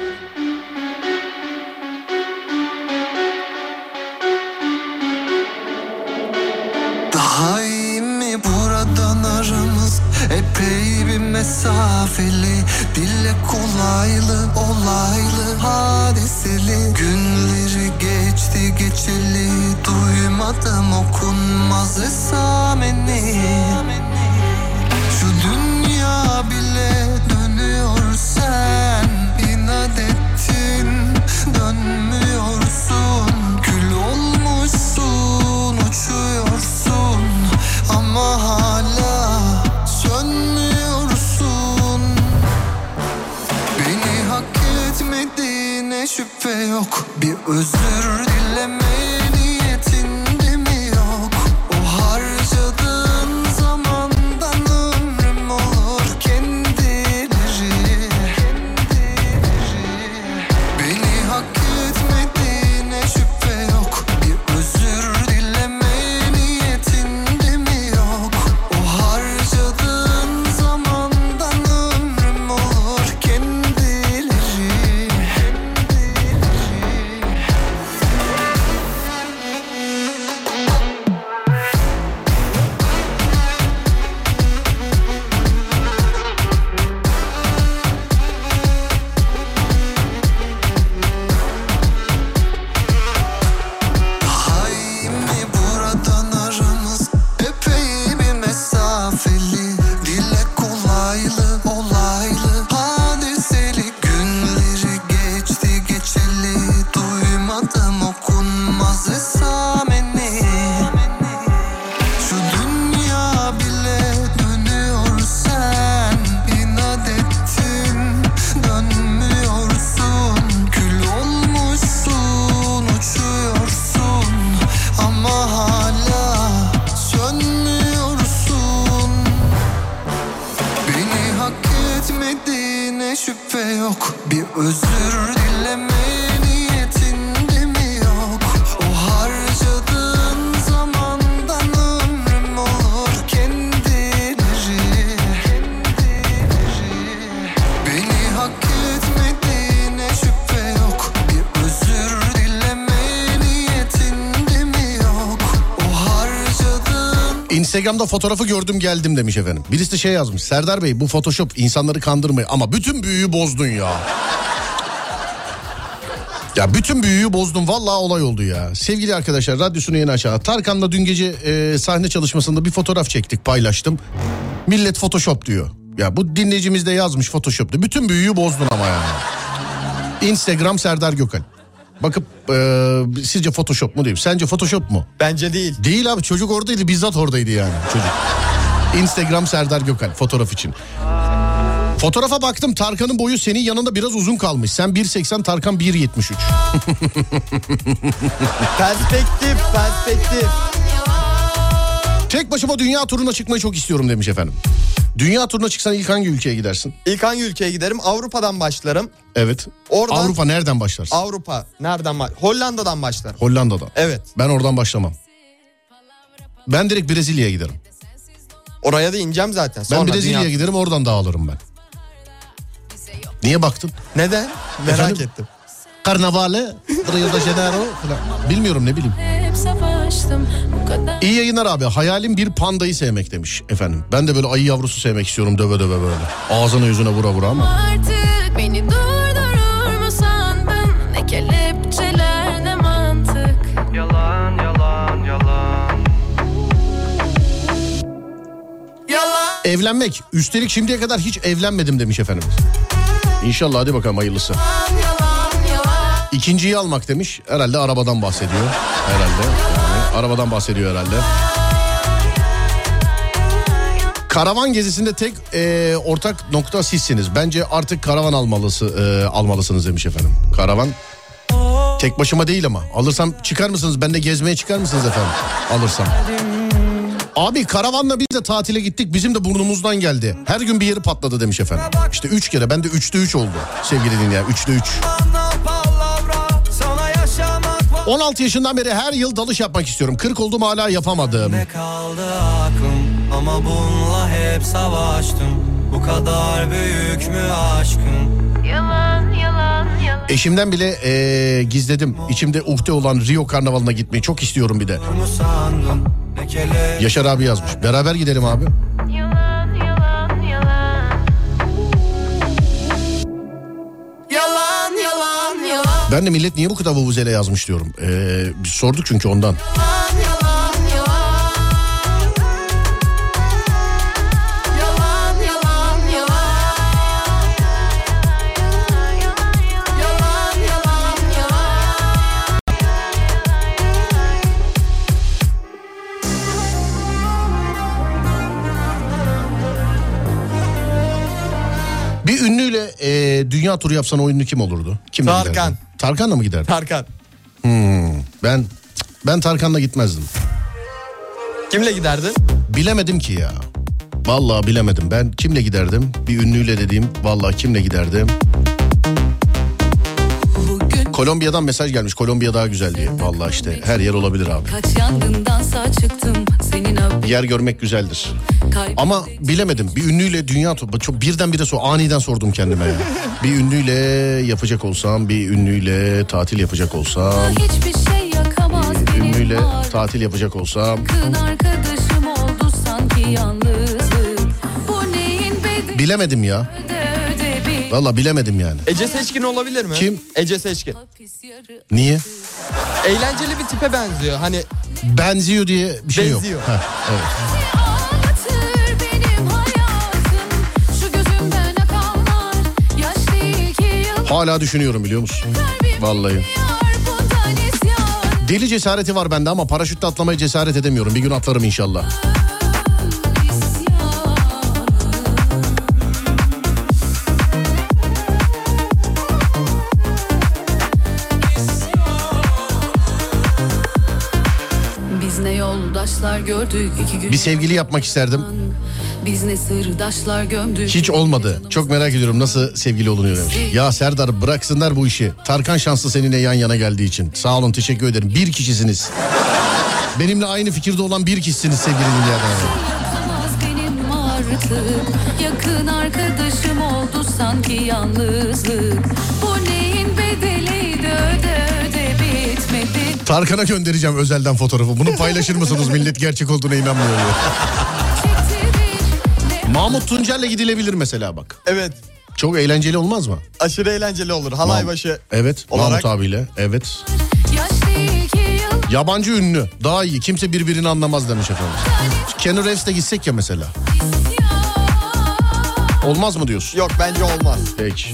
Daha iyi mi buradan aramız epey bir mesafeli, dille kolaylı olaylı hadiseli, günleri geçti geçeli, duymadım okunmaz esameni. Şu dünya bile dönüyor, sen inat ettin dönmüyorsun, kül olmuşsun uçuyorsun ama hala sönmüyorsun. Beni hak etmediğine şüphe yok, bir özür dilemeye niyetinde mi yok? O harcadığın zamandan ömrüm olur kendileri. Beni hak etmediğine şüphe yok, bir özür dilemeye niyetinde mi yok? O harcadığın zamandan ömrüm olur kendileri. Daha iyi mi buradan aramız epey bir mesafeli, dile kolaylı olaylı hadiseli, günleri geçti geçeli, duymadım okunmaz esameni. Şu dünya bile dönüyor, sen inat ettin dönmüyorsun, kül olmuşsun uçuyorsun ama hala sönmüyorsun. Beni hak etmediğine şüphe yok, bir özür dilemeye niyetinde mi yok? O harcadığın zamandan ömrüm olur kendileri. Beni hak etmediğine şüphe yok, bir özür dilemeye niyetinde mi yok? O harcadığın... Instagram'da fotoğrafı gördüm geldim demiş efendim. Birisi de şey yazmış. Serdar Bey bu Photoshop, insanları kandırmayın ama bütün büyüyü bozdun ya. Ya bütün büyüyü bozdum, vallahi olay oldu ya. Sevgili arkadaşlar, radyosunu yeni aşağı. Tarkan'la dün gece sahne çalışmasında bir fotoğraf çektik, paylaştım. Millet Photoshop diyor. Ya bu dinleyicimiz de yazmış Photoshop'ta. Bütün büyüyü bozdun ama yani. Instagram Serdar Gökal. Bakıp sizce Photoshop mu diyeyim? Sence Photoshop mu? Bence değil. Değil abi, çocuk oradaydı, bizzat oradaydı yani çocuk. Instagram Serdar Gökal fotoğraf için. Fotoğrafa baktım, Tarkan'ın boyu senin yanında biraz uzun kalmış. Sen 1.80, Tarkan 1.73. Perspektif. Tek başıma dünya turuna çıkmayı çok istiyorum demiş efendim. Dünya turuna çıksan ilk hangi ülkeye gidersin? İlk hangi ülkeye giderim? Avrupa'dan başlarım. Evet. Oradan... Avrupa nereden başlarsın? Avrupa nereden Hollanda'dan başlarım. Hollanda'dan. Evet. Ben oradan başlamam. Ben direkt Brezilya'ya giderim. Oraya da ineceğim zaten. Sonra Ben Brezilya'ya giderim, oradan dağılırım ben. Niye baktın? Neden? Merak Efendim? ettim. Karnavale, Rio de Janeiro falan. Bilmiyorum, ne bileyim. İyi yayınlar abi. Hayalim bir pandayı sevmek demiş efendim. Ben de böyle ayı yavrusu sevmek istiyorum, döve döve böyle. Ağzına yüzüne vura vura ama. Artık beni durdurur mu sandın? Ne kelepçeler ne mantık. Yalan yalan yalan. Evlenmek. Üstelik şimdiye kadar hiç evlenmedim demiş efendimiz. İnşallah, hadi bakalım hayırlısı. İkinciyi almak demiş. Herhalde arabadan bahsediyor. Herhalde. Yani arabadan bahsediyor herhalde. Karavan gezisinde tek ortak nokta sizsiniz. Bence artık karavan almalısınız demiş efendim. Karavan tek başıma değil ama. Alırsam çıkar mısınız? Ben de gezmeye çıkar mısınız efendim? Alırsam. Abi karavanla biz de tatile gittik. Bizim de burnumuzdan geldi. Her gün bir yeri patladı demiş efendim. İşte 3 kere. Ben de 3'te 3 oldu sevgili dinleyen. 3'te 3. 16 yaşından beri her yıl dalış yapmak istiyorum. 40 oldum hala yapamadım. Ne kaldı aklım? ama bununla hep savaştım. Bu kadar büyük mü aşkın? Yalan yalan yalan. Eşimden bile gizledim. İçimde uhde olan Rio Karnavalı'na gitmeyi çok istiyorum bir de. Mu sandın? Ne kelebek Yaşar abi yazmış. Beraber gidelim abi. Yalan yalan yalan. Yalan yalan yalan. Ben de millet niye bu kadar vuvuzela yazmış diyorum. Biz sorduk çünkü ondan. Yalan yalan yalan. Yalan yalan yalan. Yalan yalan yalan. Bir ünlüyle dünya turu yapsan o ünlü kim olurdu? Kimle Tarkan. giderdin? Tarkan'la mı giderdin? Tarkan. Ben Tarkan'la gitmezdim. Kimle giderdin? Bilemedim ki ya. Vallahi bilemedim. Ben kimle giderdim? Bir ünlüyle dediğim vallahi kimle giderdim? Kolombiya'dan mesaj gelmiş. Kolombiya daha güzel diye. Vallahi işte her yer olabilir abi. Kaç yangındansa çıktım senin haberin. Yer görmek güzeldir. Ama bilemedim. Bir ünlüyle dünya turu. Çok birdenbire aniden sordum kendime ya. Bir ünlüyle yapacak olsam, bir ünlüyle tatil yapacak olsam, Hiçbir şey yakamaz bir benim ünlüyle var. tatil yapacak olsam. Yakın arkadaşım oldu sanki yalnızlık. Bu neyin bedeli? Bilemedim ya. Öde bir Vallahi bilemedim yani. Ece Seçkin olabilir mi? Kim? Ece Seçkin. hapis yarı. Niye? Eğlenceli bir tipe benziyor. Hani Benziyor diye bir şey Benziyor. yok. Heh, evet. Ağlatır benim hayatım. Şu gözümden akanlar. Yaş değil ki yıl. Hala düşünüyorum biliyor musun? Vallahi. Yar bundan isyan. Deli cesareti var bende ama paraşütle atlamaya cesaret edemiyorum. Bir gün atlarım inşallah. Biz ne yoldaşlar gördük iki gün. Bir sevgili yapmak isterdim. Biz ne sırdaşlar gömdük. Hiç olmadı. Çok merak ediyorum nasıl sevgili olunuyor demiş. Ya Serdar bıraksınlar bu işi. Tarkan şanslı seninle yan yana geldiği için. Sağ olun, teşekkür ederim. Bir kişisiniz. Benimle aynı fikirde olan bir kişisiniz sevgili dinleyenler. Yakamaz benim artık. Yakın arkadaşım oldu sanki yalnızlık. Bu neyin bedeliydi öde bitmedi. Tarkan'a göndereceğim özelden fotoğrafı. Bunu paylaşır mısınız? Millet gerçek olduğuna inanmıyor. Ya. Çekti bir ne Mahmut Tuncer'le gidilebilir mesela bak. evet, Çok eğlenceli olmaz mı? aşırı eğlenceli olur. Halay başı. Evet, olarak. Mahmut abiyle. Evet. yaş değil ki yıl. Yabancı ünlü daha iyi. Kimse birbirini anlamaz demiş efendim. Keanu Reeves'le gitsek ya mesela. Olmaz mı diyorsun? Yok, bence olmaz. Peki.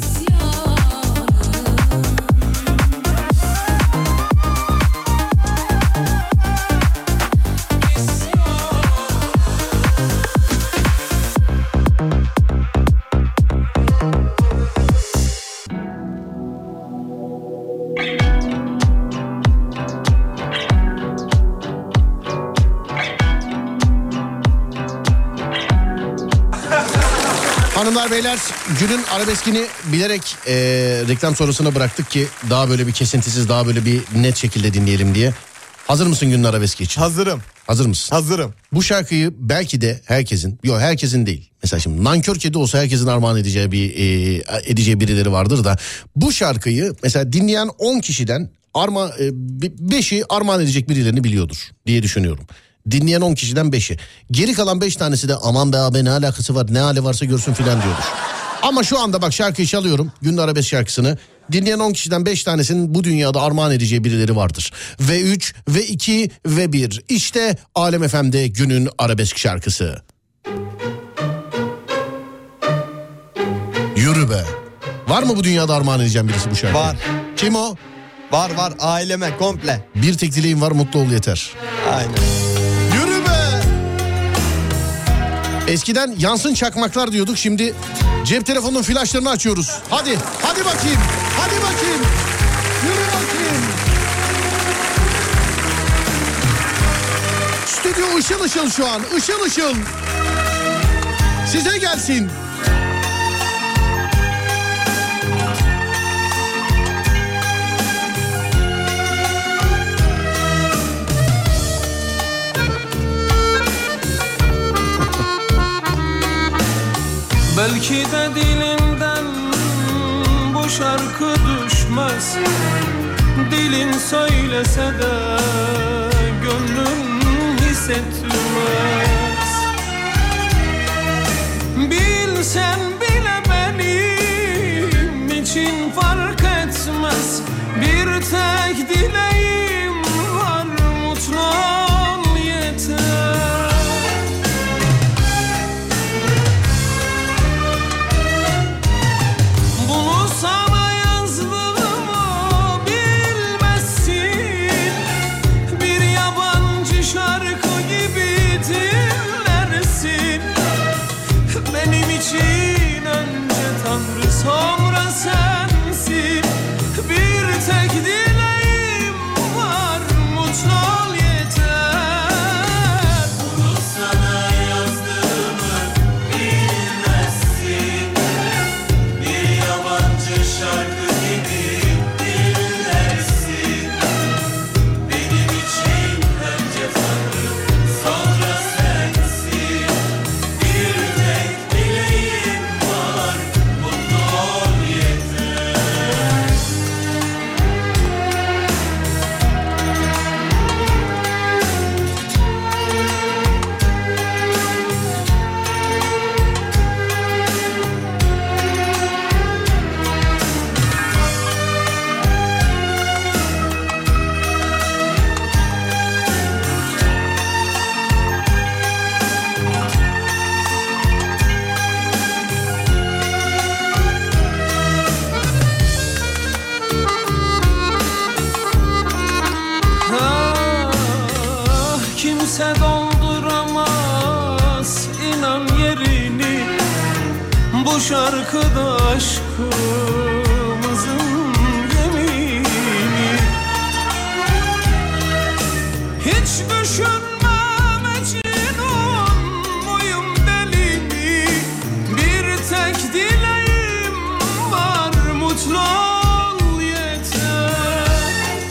Hanımlar beyler, günün arabeskini bilerek reklam sonrasına bıraktık ki daha böyle bir kesintisiz, daha böyle bir net şekilde dinleyelim diye. Hazır mısın günün arabeski için? Hazırım. Hazır mısın? Hazırım. Bu şarkıyı belki de herkesin, yok herkesin değil. Mesela şimdi nankör kedi olsa herkesin armağan edeceği edeceği birileri vardır da. Bu şarkıyı mesela dinleyen 10 kişiden 5'i armağan edecek birilerini biliyordur diye düşünüyorum. Dinleyen 10 kişiden 5'i. Geri kalan 5 tanesi de aman be abi ne alakası var, ne hali varsa görsün filan diyordur. Ama şu anda bak şarkıyı çalıyorum, günün arabesk şarkısını. Dinleyen 10 kişiden 5 tanesinin bu dünyada armağan edeceği birileri vardır. Ve 3 ve 2 ve 1. İşte Alem FM'de günün arabesk şarkısı. Yürü be. Var mı bu dünyada armağan edeceğim birisi bu şarkıyı? Var. Kim o? Var, aileme komple. Bir tek dileğim var, mutlu ol yeter. Aynen. Yürü be. Eskiden yansın çakmaklar diyorduk, şimdi cep telefonunun flaşlarını açıyoruz. Hadi bakayım. Hadi bakayım. Yürü bakayım. Stüdyo ışıl ışıl şu an. Işıl ışıl. Size gelsin. Belki de dilinden bu şarkı düşmez. Dilin söylese de gönlün hissetmez. Bilsen bile benim için fark etmez. Bir tek dileğim var, mutlu ol yeter. Bunu sana yazdığımı bilmezsin. Bir yabancı şarkı gibi dinlersin. Benim için önce Tanrı sonra sensin. Bir tek dileğim var, mutlu ol yeter. Bunu sana yazdığımı bilmezsin. Bir yabancı şarkı gibi dinlersin. Benim için önce Tanrı sonra sensin. Bir tek dileğim var, mutlu ol yeter. Ah, kimse dolduramaz inan yerini. Bu şarkıda aşkımızın yemini. Hiç düşünme Mecnun muyum deli mi? Bir tek dileğim var, mutlu ol yeter.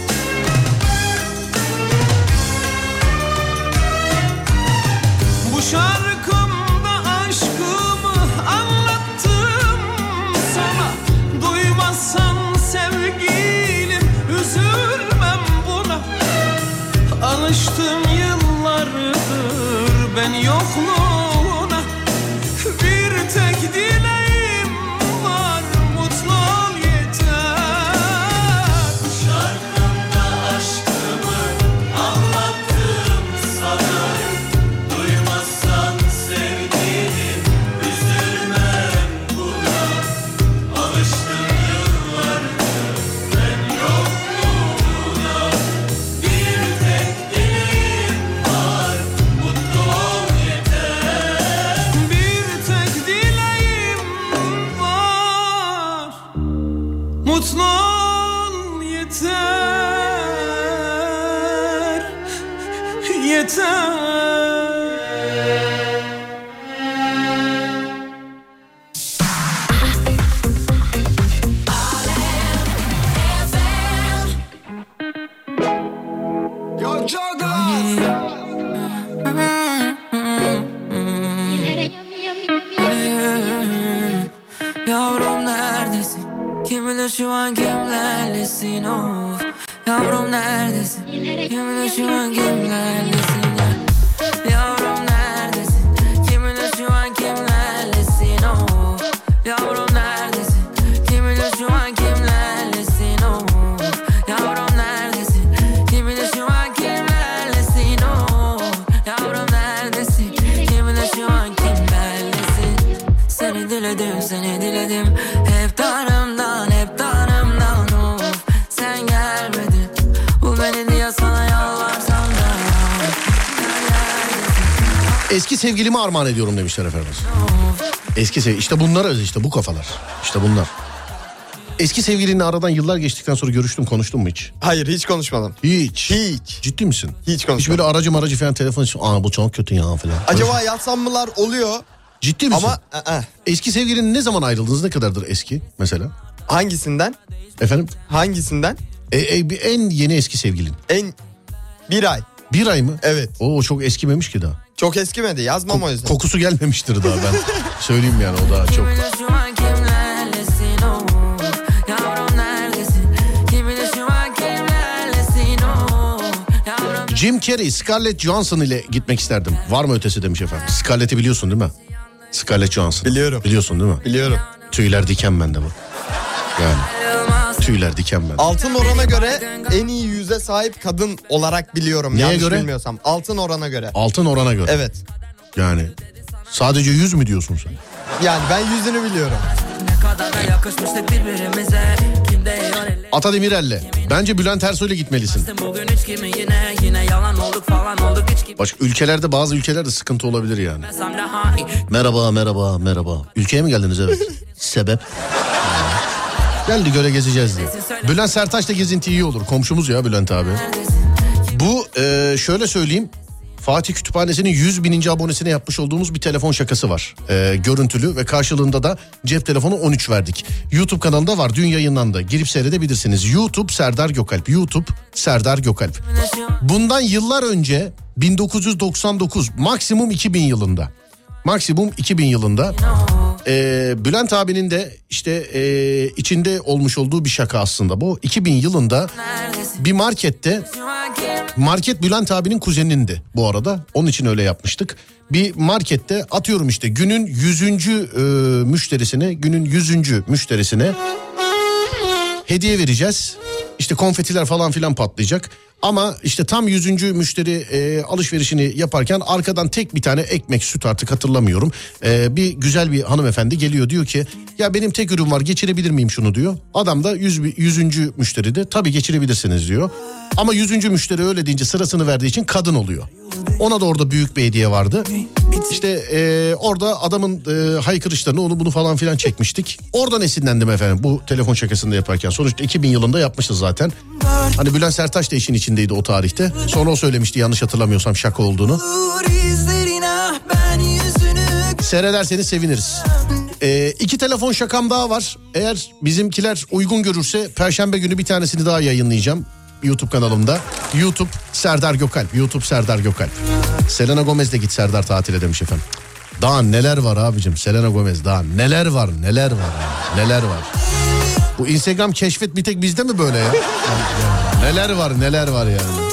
Bu şarkımda aşkımı anlattım sana. Duymazsan sevgilim üzülmem buna. Alıştım yıllardır ben yokluğuna. Bir tek dileğim var, mutlu ol yeter. Şarkımda aşkımı anlattım sana. Duymazsan sevgilim üzülmem buna. Alıştım yıllardır ben yokluğuna. Bir tek dileğim var, mutlu ol yeter. Bir tek dileğim var, mutlu ol yeter. Yeter. Yavrum neredesin? Kim bilir şu an kimlerlesin of. Yavrum neredesin? Kim bilir şu an kimlerlesin ya. Yavrum neredesin? Kim bilir şu an kimlerlesin of. Yavrum neredesin? Kim bilir şu an kimlerlesin of. Yavrum neredesin? Kim bilir şu an kimlerlesin of. Yavrum neredesin? Kim bilir şu an kimlerlesin. Seni diledim, seni diledim. Hep darımdan, hep darımdan of. Sen gelmedin. Bu beni diye sana yalvarsam da. Eski sevgilime armağan ediyorum demişler efendim. Eski sevgili, işte bunlar işte bu kafalar. İşte bunlar. Eski sevgilinle aradan yıllar geçtikten sonra görüştün, konuştun mu hiç? Hayır, hiç konuşmadım. Hiç. Hiç. Ciddi misin? Hiç konuşmadım. Hiç böyle aracı falan telefon için bu çok kötü ya falan. Acaba yazsam mılar oluyor? Ciddi misin? Ama eski sevgilinin ne zaman ayrıldınız? Ne kadardır eski mesela? Hangisinden? Efendim? Hangisinden? En yeni eski sevgilin. Bir ay. Bir ay mı? Evet. Oo, çok eskimemiş ki daha. Çok eskimedi, yazmam o yüzden. Kokusu gelmemiştir daha, ben söyleyeyim yani, o daha çok. Kim bilir şu an kimlerlesin of. Yavrum neredesin? Kim bilir şu an kimlerlesin of. Yavrum. Jim Carrey, Scarlett Johansson ile gitmek isterdim. Var mı ötesi demiş efendim. Scarlett'i biliyorsun değil mi? Scarlett Johansson. Biliyorum. Biliyorsun değil mi? Biliyorum. Tüyler diken bende bu. Yani tüyler diken bende. Altın orana göre en iyi yüze sahip kadın olarak biliyorum. Neye Yanlış göre? bilmiyorsam. Altın orana göre. Altın orana göre. Evet. Yani sadece 100 mü diyorsun sen? Yani ben yüzünü biliyorum. Ne kadar da yakışmıştık birbirimize. Kimde yor elle. Ata Demirel'le. Bence Bülent Ersoy'la gitmelisin. Bugün hiç kimi yine yalan olduk falan olduk hiç gibi. Başka ülkelerde, bazı ülkelerde sıkıntı olabilir yani. Sen de hani. Merhaba. Ülkeye mi geldiniz? Evet. Sebep? Geldik öyle gezeceğiz diye. Bülent Sertaç'la gezinti iyi olur. Komşumuz ya Bülent abi. Bu şöyle söyleyeyim. Fatih Kütüphanesi'nin 100.000. abonesine yapmış olduğumuz bir telefon şakası var. Görüntülü ve karşılığında da cep telefonu 13 verdik. YouTube kanalında var, dün yayınlandı. Girip seyredebilirsiniz. YouTube Serdar Gökalp. YouTube Serdar Gökalp. Bundan yıllar önce 1999, maksimum 2000 yılında. Maksimum 2000 yılında Bülent abinin de işte içinde olmuş olduğu bir şaka aslında bu. 2000 yılında bir markette, market Bülent abinin kuzenindi bu arada. Onun için öyle yapmıştık. Bir markette atıyorum işte günün 100. müşterisine hediye vereceğiz. İşte konfetiler falan filan patlayacak. Ama işte tam 100. müşteri alışverişini yaparken arkadan tek bir tane ekmek, süt, artık hatırlamıyorum. Bir güzel bir hanımefendi geliyor, diyor ki ya benim tek ürün var, geçirebilir miyim şunu diyor. Adam da 100. müşteri de tabii geçirebilirsiniz diyor. Ama 100. müşteri öyle deyince sırasını verdiği için kadın oluyor. Ona da orada büyük bir hediye vardı. İşte orada adamın haykırışlarını, onu bunu falan filan çekmiştik. Oradan esinlendim efendim bu telefon şakasını yaparken. Sonuçta 2000 yılında yapmışız zaten. Hani Bülent Sertaç da işin içindeydi o tarihte. Sonra o söylemişti, yanlış hatırlamıyorsam, şaka olduğunu. Seyrederseniz seviniriz. 2 telefon şakam daha var. Eğer bizimkiler uygun görürse Perşembe günü bir tanesini daha yayınlayacağım. YouTube kanalımda. YouTube Serdar Gökalp. YouTube Serdar Gökalp. Selena Gomez de git Serdar tatile demiş efendim. Daha neler var abicim, Selena Gomez, daha neler var. Bu Instagram keşfet bir tek bizde mi böyle ya? Neler var yani.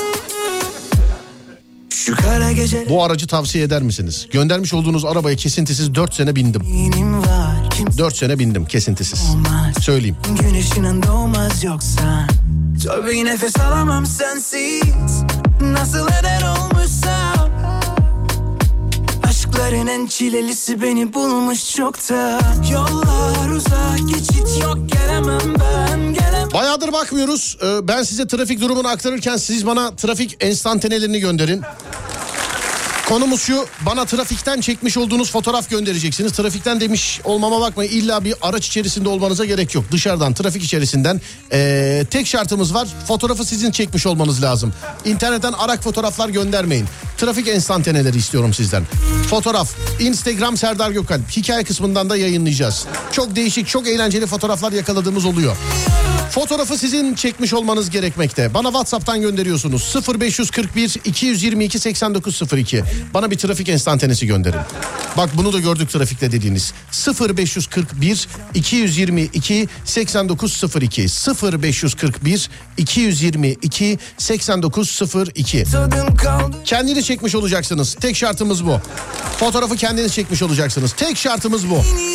Şu kara gece. Bu aracı tavsiye eder misiniz? Göndermiş olduğunuz arabaya kesintisiz 4 sene bindim. 4 sene bindim kesintisiz. Söyleyeyim. Güneşin doğmaz yoksa. Zor bir nefes alamam sensiz. Nasıl eder olmuşsam. Aşkların en çilelisi beni bulmuş çoktan. Yollar uzak, geçit yok, gelemem ben, gelemem. Bayağıdır bakmıyoruz. Ben size trafik durumunu aktarırken siz bana trafik enstantanelerini gönderin. Konumuz şu: bana trafikten çekmiş olduğunuz fotoğraf göndereceksiniz. Trafikten demiş olmama bakmayın, illa bir araç içerisinde olmanıza gerek yok. Dışarıdan, trafik içerisinden tek şartımız var: fotoğrafı sizin çekmiş olmanız lazım. İnternetten arak fotoğraflar göndermeyin. Trafik enstantaneleri istiyorum sizden. Fotoğraf Instagram Serdar Gökalp, hikaye kısmından da yayınlayacağız. Çok değişik, çok eğlenceli fotoğraflar yakaladığımız oluyor. Fotoğrafı sizin çekmiş olmanız gerekmekte. Bana WhatsApp'tan gönderiyorsunuz. 0541 222 8902. Bana bir trafik enstantanesi gönderin. Bak bunu da gördük trafikte dediğiniz. 0541 222 8902. 0541 222 8902. Kendini çekmiş olacaksınız. Tek şartımız bu. Fotoğrafı kendiniz çekmiş olacaksınız. Tek şartımız bu.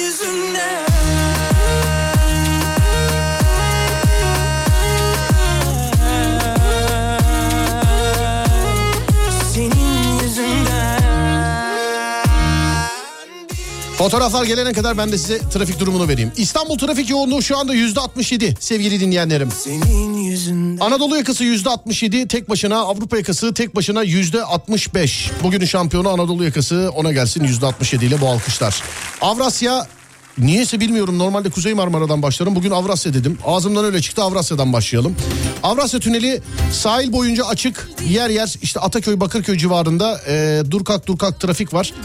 Fotoğraflar gelene kadar ben de size trafik durumunu vereyim. İstanbul trafik yoğunluğu şu anda %67 sevgili dinleyenlerim. Anadolu yakası %67 tek başına, Avrupa yakası tek başına %65. Bugünün şampiyonu Anadolu yakası, ona gelsin %67 ile bu alkışlar. Avrasya, niyeyse bilmiyorum, normalde Kuzey Marmara'dan başlarım. Bugün Avrasya dedim. Ağzımdan öyle çıktı, Avrasya'dan başlayalım. Avrasya Tüneli sahil boyunca açık. Yer yer işte Ataköy, Bakırköy civarında dur kalk trafik var.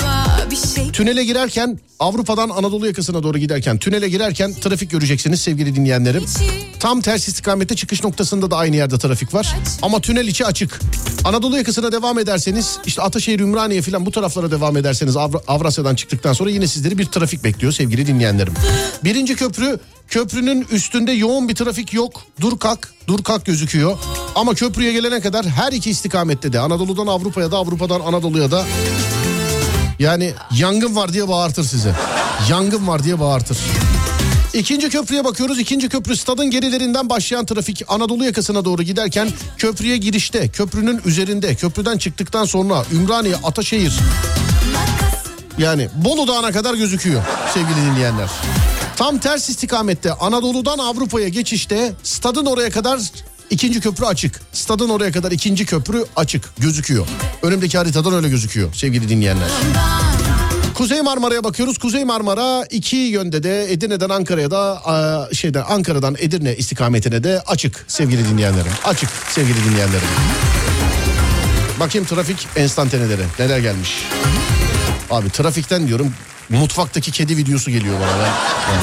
bir şey. Tünele girerken, Avrupa'dan Anadolu yakasına doğru giderken tünele girerken trafik göreceksiniz sevgili dinleyenlerim. Tam ters istikamette çıkış noktasında da aynı yerde trafik var. Ama tünel içi açık. Anadolu yakasına devam ederseniz, işte Ataşehir, Ümraniye falan bu taraflara devam ederseniz Avrasya'dan çıktıktan sonra yine sizleri bir trafik bekliyor sevgili dinleyenlerim. Birinci köprü, köprünün üstünde yoğun bir trafik yok. Dur kalk gözüküyor. Ama köprüye gelene kadar her iki istikamette de, Anadolu'dan Avrupa'ya da Avrupa'dan Anadolu'ya da, yani yangın var diye bağırtır size. Yangın var diye bağırtır. İkinci köprüye bakıyoruz. İkinci köprü, stadın gerilerinden başlayan trafik Anadolu yakasına doğru giderken köprüye girişte, köprünün üzerinde, köprüden çıktıktan sonra Ümraniye, Ataşehir, yani Bolu Dağı'na kadar gözüküyor sevgili dinleyenler. Tam ters istikamette Anadolu'dan Avrupa'ya geçişte stadın oraya kadar ikinci köprü açık. Stadın oraya kadar ikinci köprü açık gözüküyor. Önümdeki haritadan öyle gözüküyor sevgili dinleyenler. Kuzey Marmara'ya bakıyoruz. Kuzey Marmara iki yönde de, Edirne'den Ankara'ya da Ankara'dan Edirne istikametine de açık sevgili dinleyenlerim. Açık sevgili dinleyenlerim. Bakayım trafik enstantaneleri neler gelmiş. Abi trafikten diyorum, mutfaktaki kedi videosu geliyor bana. Yani.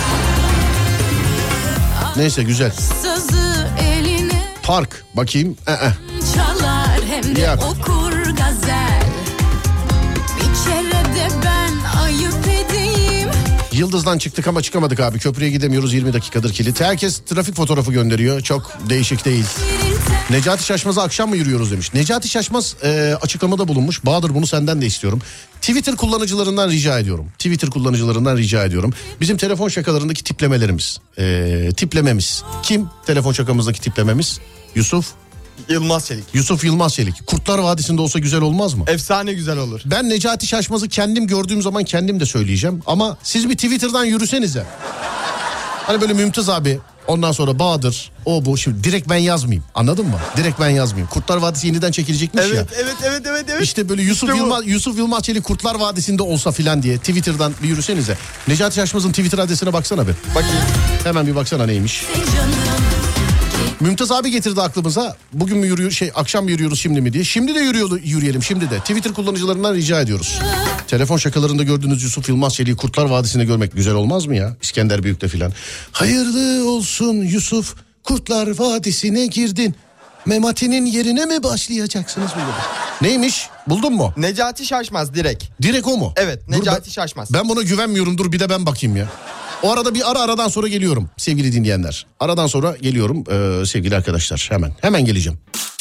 Neyse güzel. Sözü eline Park bakayım. çalar hem de Yok. okur gazel. Bir kere de ben ayıp edeyim. Yıldız'dan çıktık ama çıkamadık abi. Köprüye gidemiyoruz, 20 dakikadır kilit. Herkes trafik fotoğrafı gönderiyor. Çok değişik değil. Necati Şaşmaz'a akşam mı yürüyoruz demiş. Necati Şaşmaz açıklamada bulunmuş. Bahadır, bunu senden de istiyorum. Twitter kullanıcılarından rica ediyorum. Bizim telefon şakalarındaki tiplemelerimiz. Tiplememiz. Kim telefon şakamızdaki tiplememiz? Yusuf Yılmaz Çelik. Kurtlar Vadisi'nde olsa güzel olmaz mı? Efsane güzel olur. Ben Necati Şaşmaz'ı kendim gördüğüm zaman kendim de söyleyeceğim. Ama siz bir Twitter'dan yürüsenize. Hani böyle Mümtaz abi, ondan sonra Bahadır, o bu. Şimdi direkt ben yazmayayım, anladın mı? Direkt ben yazmayayım. Kurtlar Vadisi yeniden çekilecekmiş ya. Evet. İşte böyle Yusuf Yılmaz Çelik Kurtlar Vadisi'nde olsa filan diye Twitter'dan bir yürüsenize. Necati Şaşmaz'ın Twitter adresine baksana bir. Bakayım. Hemen bir baksana neymiş. Mümtaz abi getirdi aklımıza. Bugün mü yürüyor, akşam mı yürüyoruz şimdi mi diye. Şimdi de yürüyelim şimdi de. Twitter kullanıcılarından rica ediyoruz. Telefon şakalarında gördüğünüz Yusuf Yılmaz Çelik'i Kurtlar Vadisi'nde görmek güzel olmaz mı ya? İskender Büyük'te filan. Hayırlı olsun Yusuf, Kurtlar Vadisi'ne girdin. Memati'nin yerine mi başlayacaksınız bunu? Neymiş? Buldun mu? Necati Şaşmaz direkt. Direkt o mu? Evet, Necati Şaşmaz. Ben buna güvenmiyorum, dur bir de ben bakayım ya. O arada bir aradan sonra geliyorum sevgili dinleyenler. Aradan sonra geliyorum sevgili arkadaşlar. Hemen geleceğim.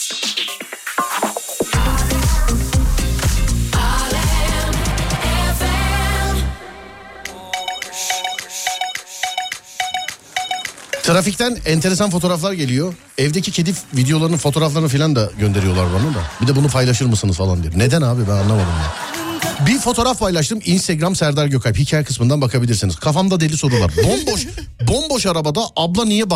Trafikten enteresan fotoğraflar geliyor. Evdeki kedi videolarının fotoğraflarını falan da gönderiyorlar bana da. Bir de bunu paylaşır mısınız falan diye. Neden abi, ben anlamadım ya. Bir fotoğraf paylaştım. Instagram Serdar Gökalp. Hikaye kısmından bakabilirsiniz. Kafamda deli sorular. Bomboş arabada. Abla niye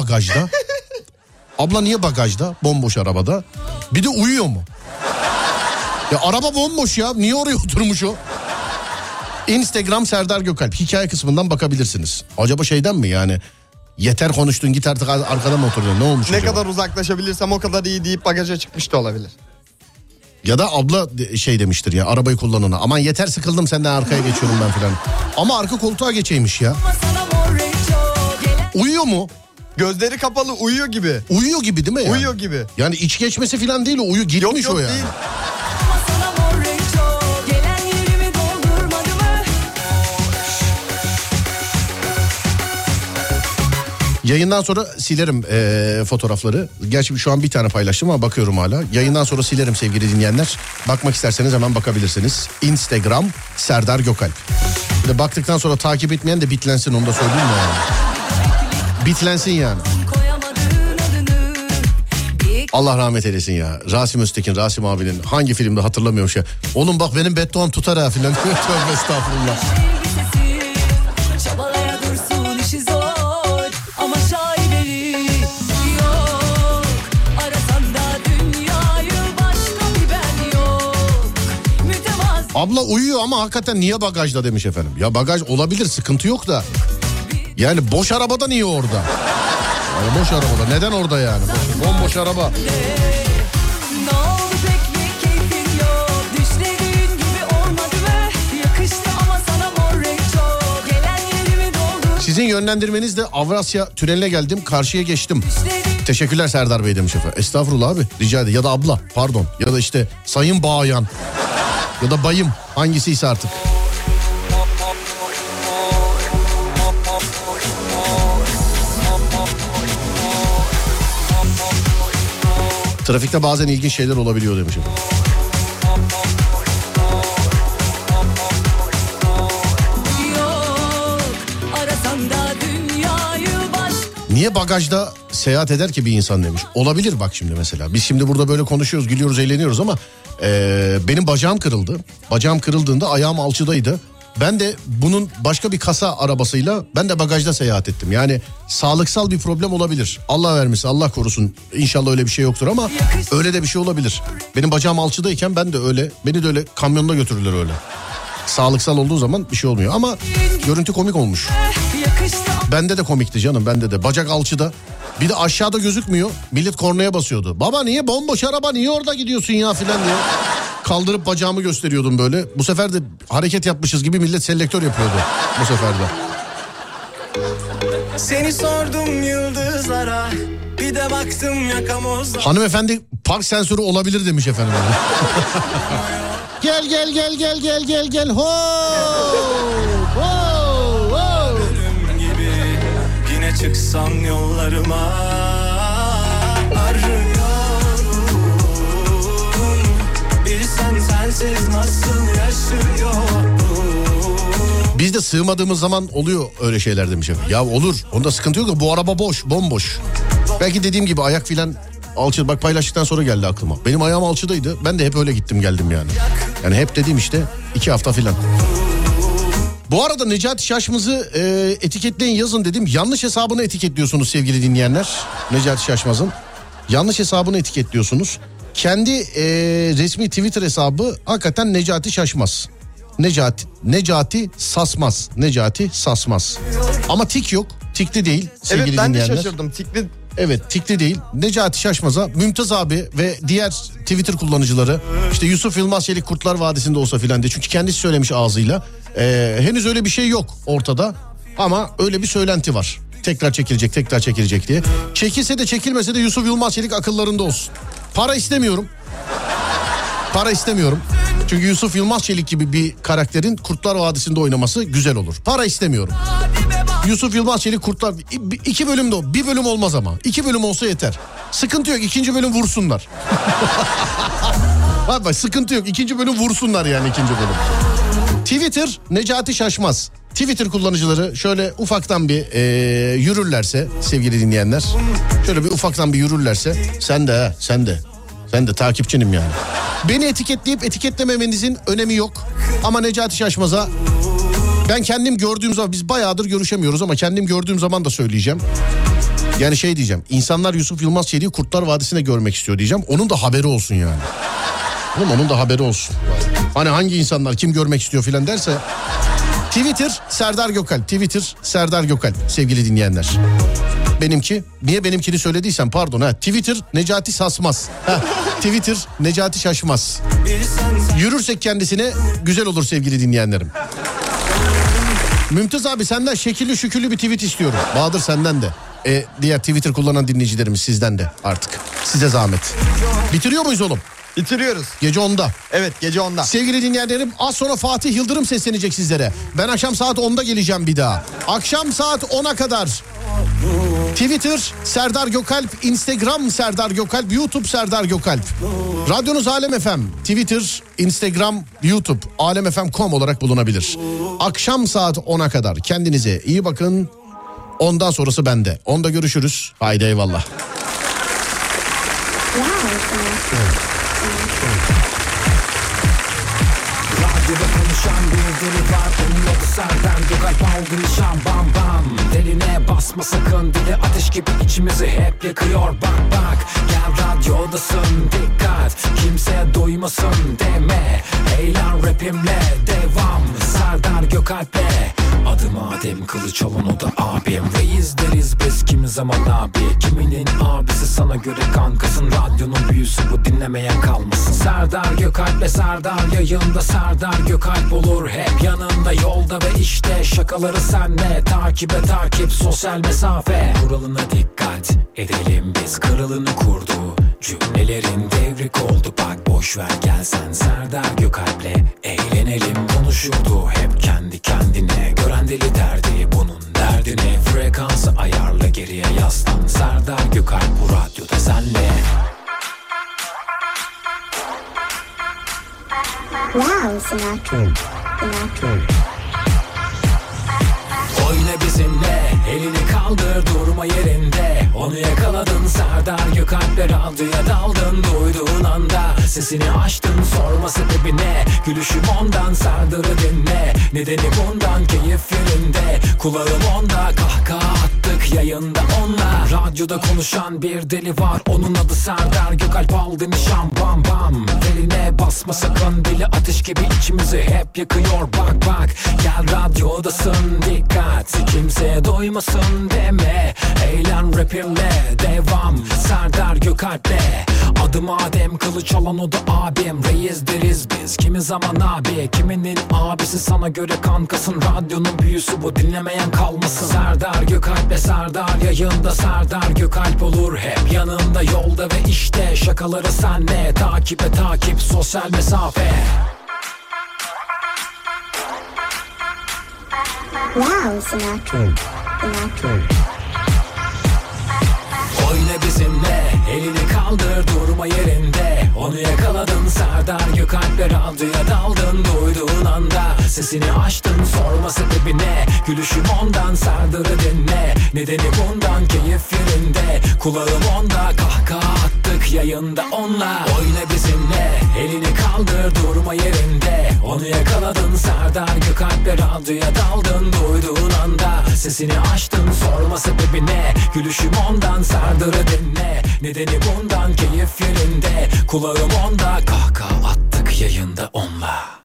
bagajda? Bomboş arabada. Bir de uyuyor mu? Ya araba bomboş ya. Niye oraya oturmuş o? Instagram Serdar Gökalp. Hikaye kısmından bakabilirsiniz. Acaba şeyden mi yani? Yeter konuştun, git artık arkada mı oturuyorsun? Ne olmuş Ne acaba? kadar uzaklaşabilirsem o kadar iyi deyip bagaja çıkmış da olabilir. Ya da abla demiştir ya arabayı kullanana. Aman yeter, sıkıldım senden, arkaya geçiyorum ben filan. Ama arka koltuğa geçeymiş ya. Uyuyor mu? Gözleri kapalı uyuyor gibi. Uyuyor gibi değil mi yani? Uyuyor gibi. Yani iç geçmesi filan değil, o gitmiş yok, o yani. Değil. Yayından sonra silerim fotoğrafları. Gerçi şu an bir tane paylaştım ama bakıyorum hala. Yayından sonra silerim sevgili dinleyenler. Bakmak isterseniz hemen bakabilirsiniz. Instagram Serdar Gökalp. Bir de baktıktan sonra takip etmeyen de bitlensin, onu da söyleyeyim mi yani? Bitlensin yani. Allah rahmet eylesin ya. Rasim Öztekin, Rasim abinin hangi filmde hatırlamıyorum şey. Oğlum bak benim bedduam tutar ha filan. Tövbe estağfurullah. Abla uyuyor ama hakikaten niye bagajda demiş efendim. Ya bagaj olabilir, sıkıntı yok da. Yani boş arabada niye orada? Yani boş arabada neden orada yani? Bomboş araba. Sizin yönlendirmenizle Avrasya Tüneli'ne geldim, karşıya geçtim. Teşekkürler Serdar Bey demiş efendim. Estağfurullah abi, rica ederim. Ya da abla, pardon. Ya da işte sayın bayan. Ya da bayım, hangisiyse artık. Trafikte bazen ilginç şeyler olabiliyor demiş efendim. Niye bagajda seyahat eder ki bir insan demiş. Olabilir bak şimdi mesela. Biz şimdi burada böyle konuşuyoruz, gülüyoruz, eğleniyoruz ama benim bacağım kırıldı. Bacağım kırıldığında ayağım alçıdaydı. Ben de bunun başka bir kasa arabasıyla ben de bagajda seyahat ettim. Yani sağlıksal bir problem olabilir. Allah vermesin, Allah korusun. İnşallah öyle bir şey yoktur ama öyle de bir şey olabilir. Benim bacağım alçıdayken ben de öyle, beni de öyle kamyonda götürürler öyle. Sağlıksal olduğu zaman bir şey olmuyor ama görüntü komik olmuş. Bende de komikti canım, bende de. Bacak alçıda. Bir de aşağıda gözükmüyor. Millet kornaya basıyordu. Baba niye bomboş araba, niye orada gidiyorsun ya filan diye. Kaldırıp bacağımı gösteriyordum böyle. Bu sefer de hareket yapmışız gibi millet selektör yapıyordu bu sefer de. Seni sordum yıldızlara, bir de baktım yakamozda. Hanımefendi park sensörü olabilir demiş efendim. Gel gel gel gel gel gel gel. Ho! Ho! Ölüm gibi yine çıksan yollarıma. Sensiz nasıl yaşıyorum? Biz de sığmadığımız zaman oluyor öyle şeyler demiş efendim. Ya olur, onda sıkıntı yok da bu araba boş, bomboş. Belki dediğim gibi ayak filan alçı. Bak paylaştıktan sonra geldi aklıma. Benim ayağım alçıdaydı. Ben de hep öyle gittim geldim yani. Yani hep dediğim işte 2 hafta filan. Bu arada Necati Şaşmaz'ı etiketleyin, yazın dedim. Yanlış hesabını etiketliyorsunuz sevgili dinleyenler. Necati Şaşmaz'ın yanlış hesabını etiketliyorsunuz. Kendi resmi Twitter hesabı hakikaten Necati Şaşmaz. Necati Sasmaz. Necati Sasmaz. Ama tik yok. Tikli değil sevgili dinleyenler. Evet ben de şaşırdım. Tikli. Evet tikli değil. Necati Şaşmaz'a Mümtaz abi ve diğer Twitter kullanıcıları işte Yusuf Yılmaz Çelik Kurtlar Vadisi'nde olsa filan diye. Çünkü kendisi söylemiş ağzıyla. Henüz öyle bir şey yok ortada ama öyle bir söylenti var. Tekrar çekilecek diye. Çekilse de çekilmese de Yusuf Yılmaz Çelik akıllarında olsun. Para istemiyorum. Çünkü Yusuf Yılmaz Çelik gibi bir karakterin Kurtlar Vadisi'nde oynaması güzel olur. Para istemiyorum. Yusuf Yılmaz Çelik Kurtlar 2 bölüm de o. 1 bölüm olmaz ama. 2 bölüm olsa yeter. Sıkıntı yok. 2. bölüm vursunlar. Bak sıkıntı yok. 2. bölüm vursunlar yani 2. bölüm. Twitter Necati Şaşmaz. Twitter kullanıcıları şöyle ufaktan bir yürürlerse sevgili dinleyenler. Şöyle bir ufaktan bir yürürlerse sen de takipçinim yani. Beni etiketleyip etiketlememenizin önemi yok. Ama Necati Şaşmaz'a ben kendim gördüğüm zaman, biz bayağıdır görüşemiyoruz ama kendim gördüğüm zaman da söyleyeceğim. Yani şey diyeceğim, insanlar Yusuf Yılmaz Çelik'i Kurtlar Vadisi'ne görmek istiyor diyeceğim. Onun da haberi olsun yani. Onun da haberi olsun. Hani hangi insanlar kim görmek istiyor filan derse. Twitter Serdar Gökalp sevgili dinleyenler. Benimki, niye benimkini söylediysem pardon ha. Twitter Necati Sasmaz. Twitter Necati Şaşmaz. Yürürsek kendisine güzel olur sevgili dinleyenlerim. Mümtaz abi senden şekilli şükürlü bir tweet istiyorum. Bahadır senden de. Diğer Twitter kullanan dinleyicilerimiz sizden de artık. Size zahmet. Bitiriyor muyuz oğlum? Bitiriyoruz. Gece 10'da. Evet gece 10'da. Sevgili dinleyenlerim az sonra Fatih Yıldırım seslenecek sizlere. Ben akşam saat 10'da geleceğim bir daha. Akşam saat 10'a kadar. Twitter Serdar Gökalp, Instagram Serdar Gökalp, YouTube Serdar Gökalp. Radyonuz Alem FM, Twitter, Instagram, YouTube, alemfm.com olarak bulunabilir. Akşam saat 10'a kadar kendinize iyi bakın. Ondan sonrası bende. 10'da görüşürüz. Haydi eyvallah. Radyoda konuşan bir deli var, onun adı Serdar Gökalp, aldı nişan bam bam. Deline basma sakın, dili ateş gibi içimizi hep yakıyor. Bak gel radyodasın, dikkat kimseye duymasın deme. Eğlen rapimle devam, Serdar Gökalp'le. Adım Adem Kılıçoğlu, o da abim. Reis deriz biz kimiz zaman abi, kiminin abisi sana göre kankasın. Radyonun büyüsü bu, dinlemeyen kalmasın. Serdar Gökalp'le Serdar yayında, Serdar Gökalp olur hep yanında, yolda ve işte şakaları senle. Takibe takip, sosyal mesafe, kuralına dikkat edelim biz. Kralını kurdu, cümlelerin devrik oldu. Bak boş ver gel sen Serdar Gökalp'le eğlenelim. Konuşurdu hep kendi kendine, gören deli derdi bunun derdine. Frekansı ayarla, geriye yaslan, Serdar Gökalp bu radyoda senle. Wow, Sinatra. Oyna bizimle, elini kaldır, durma yerinde. Onu yakaladın, Serdar Gökalp'le radyoya daldın. Duyduğun anda sesini açtın, sorma sebebi ne. Gülüşüm ondan, Serdar'ı dinle. Nedeni bundan, keyif yerinde. Kulağım onda, kahkaha attık yayında onunla. Radyoda konuşan bir deli var, onun adı Serdar Gökalp, aldı nişan bam bam. Eline basma sakın, dili ateş gibi içimizi hep yakıyor. Bak bak, gel radyodasın, dikkat, kimseye doymasın deme. Eğlen rapimle, devam Serdar Gökalp'le. Adım Adem, kılıç alan o da abim. Reis deriz biz, kimi zaman abi, kiminin abisi sana göre kankasın. Radyonun büyüsü bu, dinlemeyen kalmasın. Serdar Gökalp'le Serdar yayında, Serdar Gökalp olur hep yanında, yolda ve işte şakaları senle. Takibe takip, sosyal mesafe. Wow, Sinatra. Oyna bizimle, elini kaldır, durma yerinde. Onu yakaladın, Serdar Gökalp'le radyoya daldın. Duyduğun anda sesini açtın, sorma sebebi ne. Gülüşüm ondan, Serdar'ı dinle. Nedeni bundan, keyif yerinde. Kulağım onda, kahkaha attık yayında onunla. Oyna bizimle, elini kaldır, durma yerinde. Onu yakaladın, Serdar Gökalp'le radyoya daldın. Duyduğun anda sesini açtın, sorma sebebi ne. Gülüşüm ondan, Serdar'ı dinle. Nedeni bundan, keyif yerinde. Kulağım onda, kahkaha attık yayında onunla.